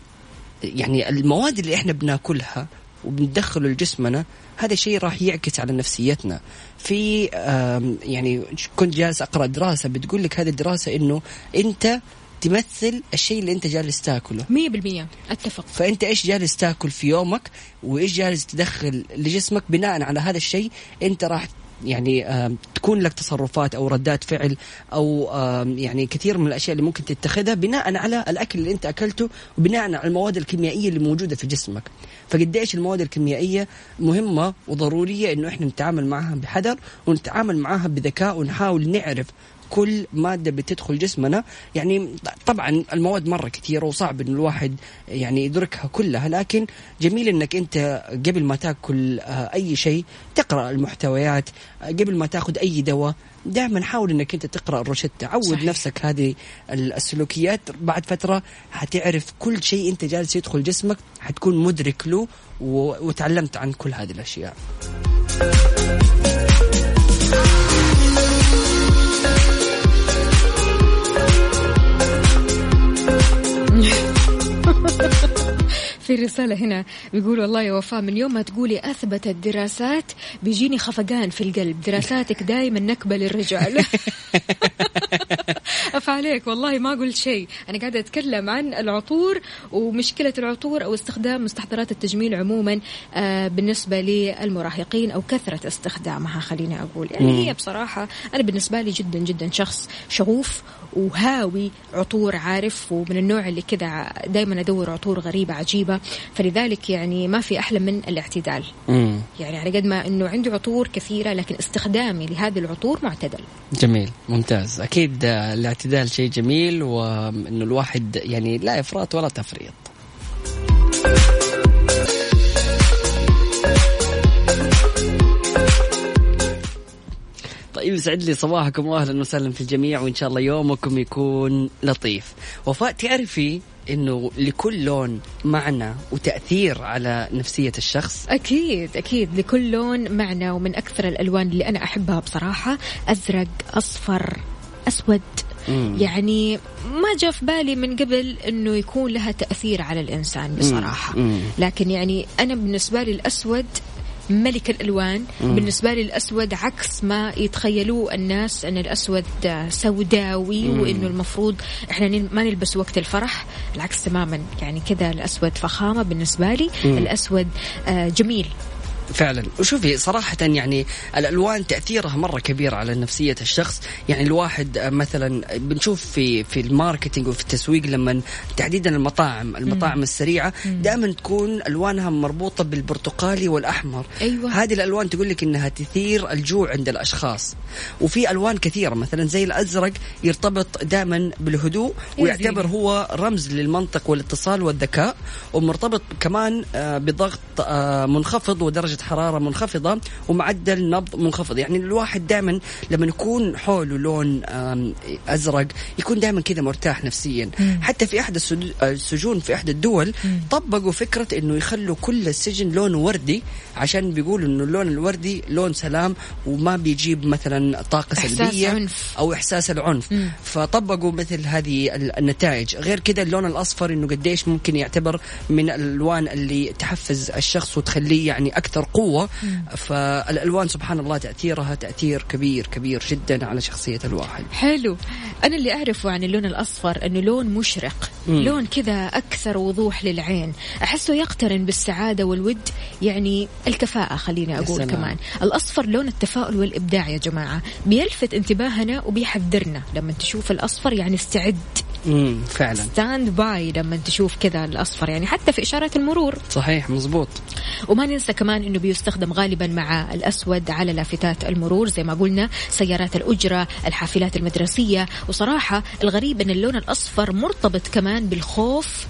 يعني المواد اللي إحنا بناكلها وبندخله لجسمنا هذا الشيء راح يعكس على نفسيتنا. في يعني كنت جالس أقرأ دراسة بتقول لك هذه الدراسة إنه أنت تمثل الشيء اللي أنت جالس تاكله. مية بالمية أتفق. فأنت إيش جالس تاكل في يومك وإيش جالس تدخل لجسمك، بناء على هذا الشيء أنت راح يعني تكون لك تصرفات أو ردات فعل أو يعني كثير من الأشياء اللي ممكن تتخذها بناء على الأكل اللي أنت أكلته وبناء على المواد الكيميائية اللي موجودة في جسمك. فقديش المواد الكيميائية مهمة وضرورية إنه إحنا نتعامل معها بحذر ونتعامل معها بذكاء ونحاول نعرف كل مادة بتدخل جسمنا. يعني طبعا المواد مرة كثيرة وصعب إن الواحد يعني يدركها كلها، لكن جميل إنك أنت قبل ما تأكل أي شيء تقرأ المحتويات، قبل ما تأخذ أي دواء دائما حاول إنك أنت تقرأ الروشتة. عود صحيح. نفسك هذه السلوكيات، بعد فترة هتعرف كل شيء أنت جالس يدخل جسمك هتكون مدرك له وتعلمت عن كل هذه الأشياء. في رسالة هنا بيقول والله يا وفاء من يوم ما تقولي أثبتت الدراسات بيجيني خفقان في القلب، دراساتك دايما نكبة للرجال. أفعليك والله ما قلت شيء، أنا قاعدة أتكلم عن العطور ومشكلة العطور أو استخدام مستحضرات التجميل عموما آه بالنسبة للمراهقين أو كثرة استخدامها. خليني أقول يعني هي بصراحة أنا بالنسبة لي جدا جدا شخص شغوف وهاوي عطور، عارف، ومن النوع اللي كذا دايما أدور عطور غريبة عجيبة، فلذلك يعني ما في أحلى من الاعتدال. مم. يعني على قد ما أنه عندي عطور كثيرة لكن استخدامي لهذه العطور معتدل. جميل، ممتاز. أكيد الاعتدال شيء جميل، وأنه الواحد يعني لا إفراط ولا تفريط. طيب يسعد لي صباحكم واهلا وسهلا في الجميع، وان شاء الله يومكم يكون لطيف. وفاء تعرفي انه لكل لون معنى وتأثير على نفسية الشخص؟ اكيد اكيد لكل لون معنى، ومن اكثر الالوان اللي انا احبها بصراحة ازرق، اصفر، اسود. مم. يعني ما جاء في بالي من قبل انه يكون لها تأثير على الانسان بصراحة. مم. لكن يعني انا بالنسبة لي الاسود ملك الألوان. مم. بالنسبة لي الأسود عكس ما يتخيلوه الناس أن الأسود سوداوي. مم. وإنه المفروض إحنا ما نلبس وقت الفرح، العكس تماما. يعني كذا الأسود فخامة بالنسبة لي. مم. الأسود جميل فعلا. وشوفي صراحة يعني الألوان تأثيرها مرة كبير على نفسية الشخص. يعني الواحد مثلا بنشوف في في الماركتينج وفي التسويق لما تحديدا المطاعم المطاعم السريعة دائما تكون ألوانها مربوطة بالبرتقالي والأحمر. أيوة. هذه الألوان تقول لك إنها تثير الجوع عند الأشخاص. وفي ألوان كثيرة مثلا زي الأزرق يرتبط دائما بالهدوء ويعتبر هو رمز للمنطق والاتصال والذكاء، ومرتبط كمان بضغط منخفض ودرجة حرارة منخفضة ومعدل نبض منخفض. يعني الواحد دائما لما يكون حوله لون أزرق يكون دائما كذا مرتاح نفسيا. مم. حتى في أحد السجون في أحد الدول مم. طبقوا فكرة إنه يخلوا كل السجن لون وردي، عشان بيقولوا إنه اللون الوردي لون سلام وما بيجيب مثلا طاقة سلبية عنف. أو إحساس العنف. مم. فطبقوا مثل هذه النتائج. غير كذا اللون الأصفر إنه قديش ممكن يعتبر من الألوان اللي تحفز الشخص وتخليه يعني أكثر قوة. مم. فالألوان سبحان الله تأثيرها تأثير كبير كبير جدا على شخصية الواحد. حلو. أنا اللي أعرفه عن اللون الأصفر أنه لون مشرق. مم. لون كذا أكثر وضوح للعين، أحسه يقترن بالسعادة والود، يعني الكفاءة. خليني أقول السلام. كمان الأصفر لون التفاؤل والإبداع يا جماعة، بيلفت انتباهنا وبيحذرنا. لما تشوف الأصفر يعني استعد. امم فعلا ستاند باي لما تشوف كذا الأصفر، يعني حتى في إشارات المرور. صحيح مزبوط. وما ننسى كمان إنه بيستخدم غالبا مع الأسود على لافتات المرور زي ما قلنا، سيارات الأجرة، الحافلات المدرسية. وصراحة الغريب أن اللون الأصفر مرتبط كمان بالخوف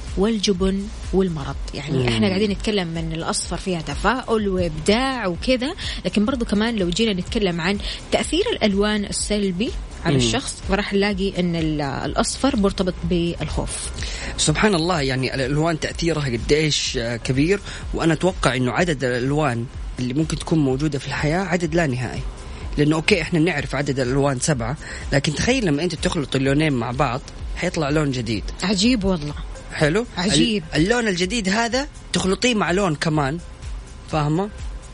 والجبن والمرض. يعني مم. احنا قاعدين نتكلم من الأصفر فيها تفاؤل وإبداع وكذا، لكن برضو كمان لو جينا نتكلم عن تأثير الألوان السلبي على مم. الشخص فراح نلاقي أن الأصفر مرتبط بالخوف. سبحان الله. يعني الألوان تأثيرها قديش كبير، وأنا أتوقع أنه عدد الألوان اللي ممكن تكون موجودة في الحياة عدد لا نهائي. لأنه أوكي إحنا نعرف عدد الألوان سبعة، لكن تخيل لما أنت تخلط اللونين مع بعض حيطلع لون جديد. عجيب والله. حلو. عجيب. اللون الجديد هذا تخلطيه مع لون كمان، فاهمة؟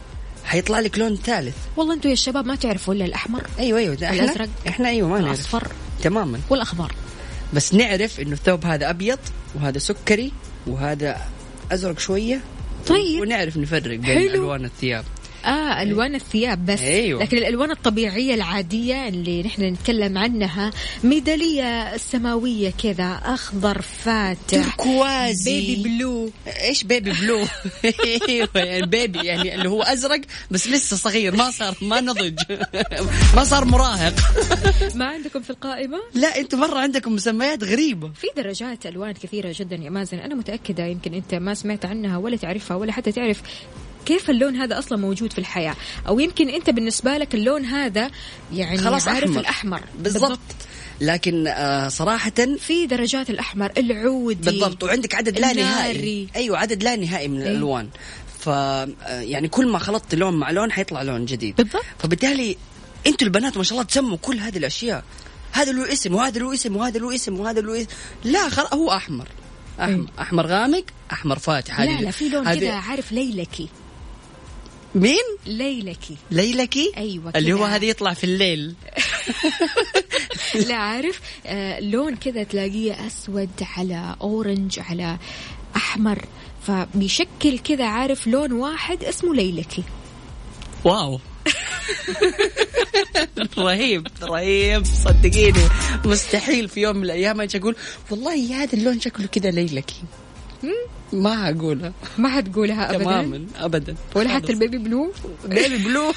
حيطلع لك لون ثالث. والله أنتوا يا الشباب ما تعرفوا إلا الأحمر. أيوة أيوة. إحنا الأزرق. إحنا أيوة ما نعرف. الأصفر. تماما. والأخضر. بس نعرف إنه الثوب هذا أبيض وهذا سكري وهذا أزرق شوية. طيب. ونعرف نفرق بين ألوان الثياب. آه ألوان الثياب بس. أيوة. لكن الألوان الطبيعية العادية اللي نحن نتكلم عنها ميدالية سماوية كذا، أخضر فاتح، تركوازي، بيبي بلو. إيش بيبي بلو؟ يعني بيبي يعني اللي هو أزرق بس لسه صغير، ما صار ما نضج، ما صار مراهق. ما عندكم في القائمة؟ لا أنتم مرة عندكم مسميات غريبة. في درجات ألوان كثيرة جدا يا مازن، أنا متأكدة يمكن أنت ما سمعت عنها ولا تعرفها ولا حتى تعرف كيف اللون هذا أصلا موجود في الحياة، أو يمكن أنت بالنسبة لك اللون هذا يعني خلاص عارف أحمر. الأحمر بالضبط, بالضبط. لكن آه صراحة في درجات الأحمر، العودي بالضبط، وعندك عدد لا نهائي. أيوة عدد لا نهائي من أيوة. الألوان. ف يعني كل ما خلطت لون مع لون حيطلع لون جديد بالضبط. فبالتالي أنتوا البنات ما شاء الله تسموا كل هذه الأشياء، هذا له اسم وهذا له اسم وهذا له اسم وهذا له اسم. لا خلاص هو أحمر أحمر, أحمر غامق أحمر فاتح. لا لا في لون كذا عارف ليلكي. مين؟ ليلكي. ليلكي أيوة اللي هو هذا يطلع في الليل. لا عارف آه لون كذا تلاقيه أسود على أورنج على أحمر فبيشكل كذا عارف لون واحد اسمه ليلكي. واو. رهيب رهيب صدقيني مستحيل في يوم من الأيام أجي أقول والله هذا اللون شكله كذا ليلكي. ما هقولها ما هتقولها أبدا تماما أبدا ولا حتى البيبي بلو. بيبي بلو.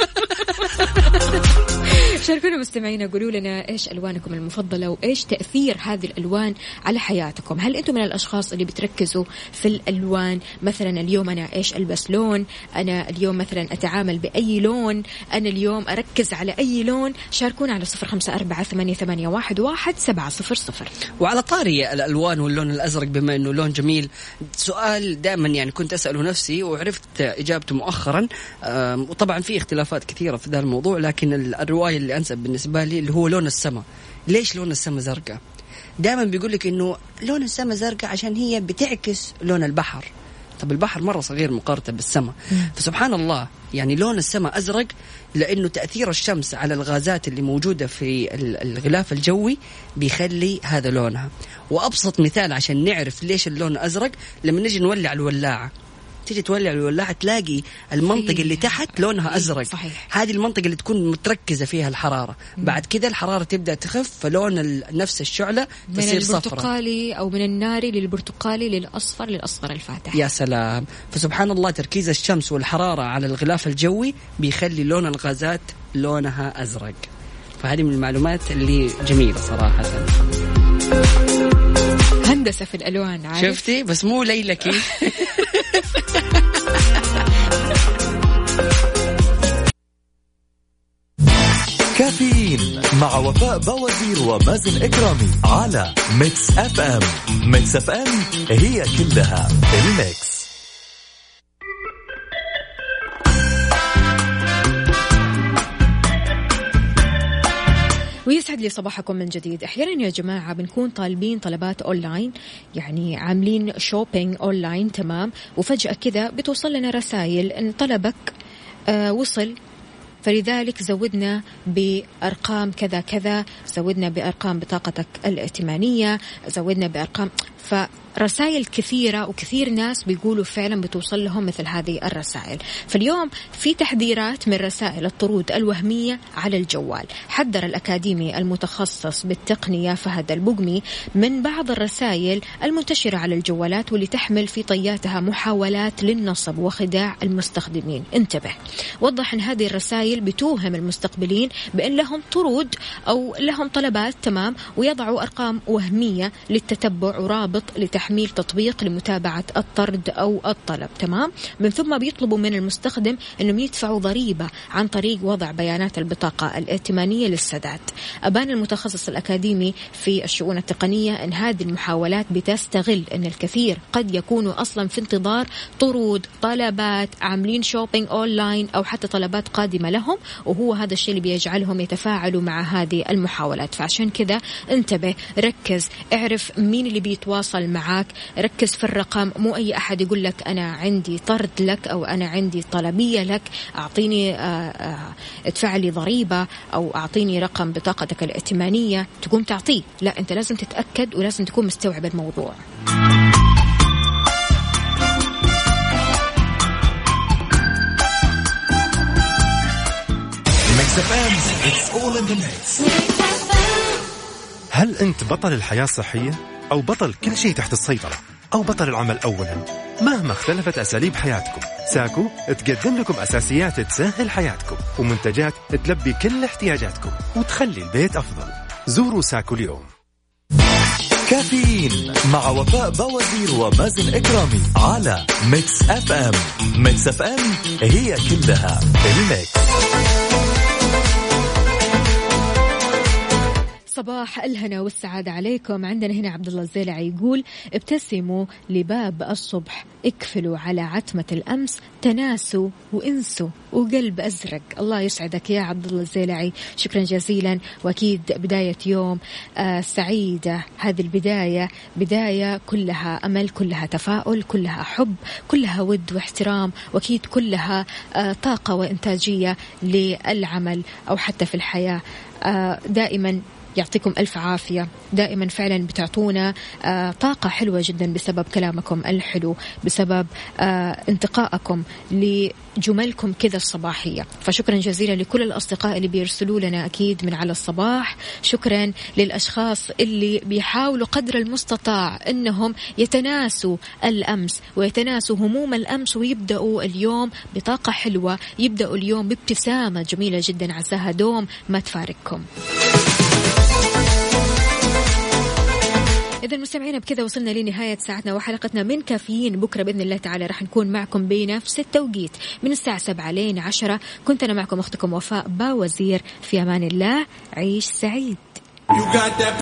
شاركونا مستمعينا قولوا لنا إيش ألوانكم المفضلة وإيش تأثير هذه الألوان على حياتكم. هل أنتم من الأشخاص اللي بتركزوا في الألوان مثلا اليوم أنا إيش ألبس لون أنا اليوم مثلا أتعامل بأي لون أنا اليوم أركز على أي لون. شاركونا على صفر خمسة أربعة ثمانية ثمانية واحد واحد سبعة صفر صفر. وعلى طاري الألوان واللون الأزرق بما أنه لون جميل سؤال دائما يعني كنت أسأله نفسي وعرفت إجابته مؤخرا وطبعا في اختلافات كثيرة في ذا الموضوع لكن الرواية اللي أنسب بالنسبة لي اللي هو لون السماء. ليش لون السماء زرقاء؟ دائما بيقولك إنه لون السماء زرقاء عشان هي بتعكس لون البحر. طب البحر مرة صغير مقارنة بالسماء فسبحان الله يعني لون السماء أزرق لأنه تأثير الشمس على الغازات اللي موجودة في الغلاف الجوي بيخلي هذا لونها. وأبسط مثال عشان نعرف ليش اللون أزرق لما نجي نولع الولاعة تيجي تولع الولاعة تلاقي المنطقة اللي تحت لونها أزرق. صحيح. هذه المنطقة اللي تكون متركزة فيها الحرارة. مم. بعد كده الحرارة تبدأ تخف فلون نفس الشعلة تصير صفرة من البرتقالي أو من الناري للبرتقالي للأصفر للأصفر الفاتح. يا سلام. فسبحان الله تركيز الشمس والحرارة على الغلاف الجوي بيخلي لون الغازات لونها أزرق. فهذه من المعلومات اللي جميلة صراحة. هندسة في الألوان عارف. شفتي بس مو ليلكي. كافيين مع وفاء بوازير ومازن إكرامي على ميكس اف ام. ميكس اف ام هي كلها الميكس. ويسعد لي صباحكم من جديد. أحيانا يا جماعة بنكون طالبين طلبات أونلاين يعني عاملين شوبينج أونلاين تمام وفجأة كذا بتوصل لنا رسائل إن طلبك آه وصل فلذلك زودنا بأرقام كذا كذا زودنا بأرقام بطاقتك الائتمانية زودنا بأرقام فرسائل كثيرة وكثير ناس بيقولوا فعلا بتوصل لهم مثل هذه الرسائل. فاليوم في تحذيرات من رسائل الطرود الوهمية على الجوال. حذر الأكاديمي المتخصص بالتقنية فهد البقمي من بعض الرسائل المنتشرة على الجوالات واللي تحمل في طياتها محاولات للنصب وخداع المستخدمين. انتبه. وضح أن هذه الرسائل بتوهم المستقبلين بأن لهم طرود أو لهم طلبات تمام ويضعوا أرقام وهمية للتتبع ورابط لتحميل تطبيق لمتابعة الطرد أو الطلب تمام. من ثم بيطلبوا من المستخدم أنهم يدفعوا ضريبة عن طريق وضع بيانات البطاقة الائتمانية للسداد. أبان المتخصص الأكاديمي في الشؤون التقنية أن هذه المحاولات بتستغل أن الكثير قد يكونوا أصلا في انتظار طرود طلبات عاملين شوبينج أونلاين أو حتى طلبات قادمة لهم وهو هذا الشيء اللي بيجعلهم يتفاعلوا مع هذه المحاولات. فعشان كذا انتبه ركز اعرف مين اللي بيتواصل معاك ركز في الرقم. مو أي أحد يقول لك أنا عندي طرد لك أو أنا عندي طلبية لك أعطيني ادفع لي ضريبة أو أعطيني رقم بطاقتك الائتمانية تقوم تعطيه. لا أنت لازم تتأكد ولازم تكون مستوعب الموضوع. هل أنت بطل الحياة الصحية أو بطل كل شيء تحت السيطرة أو بطل العمل أولا؟ مهما اختلفت أساليب حياتكم ساكو تقدم لكم أساسيات تسهل حياتكم ومنتجات تلبي كل احتياجاتكم وتخلي البيت أفضل. زوروا ساكو اليوم. كافيين مع وفاء بوازير ومازن إكرامي على ميكس اف ام. ميكس اف ام هي كلها الميكس. صباح الهنا والسعادة عليكم. عندنا هنا عبد الله الزيلعي يقول ابتسموا لباب الصبح، اكفلوا على عتمة الأمس، تناسوا وانسوا وقلب أزرق. الله يسعدك يا عبد الله الزيلعي، شكرا جزيلا. وأكيد بداية يوم آه سعيدة. هذه البداية بداية كلها أمل، كلها تفاؤل، كلها حب، كلها ود واحترام، وأكيد كلها آه طاقة وإنتاجية للعمل أو حتى في الحياة. آه دائما يعطيكم ألف عافية، دائما فعلا بتعطونا آه طاقة حلوة جدا بسبب كلامكم الحلو، بسبب آه انتقائكم لجملكم كذا الصباحية. فشكرا جزيلا لكل الأصدقاء اللي بيرسلوا لنا أكيد من على الصباح. شكرا للأشخاص اللي بيحاولوا قدر المستطاع أنهم يتناسوا الأمس ويتناسوا هموم الأمس ويبدأوا اليوم بطاقة حلوة، يبدأوا اليوم بابتسامة جميلة جدا عساها دوم ما تفارقكم. إذا مستمعينا بكذا وصلنا لنهاية ساعتنا وحلقتنا من كافيين. بكرة بإذن الله تعالى راح نكون معكم بنفس التوقيت من الساعة سبعة لين عشرة. كنت أنا معكم أختكم وفاء باوزير، في أمان الله، عيش سعيد.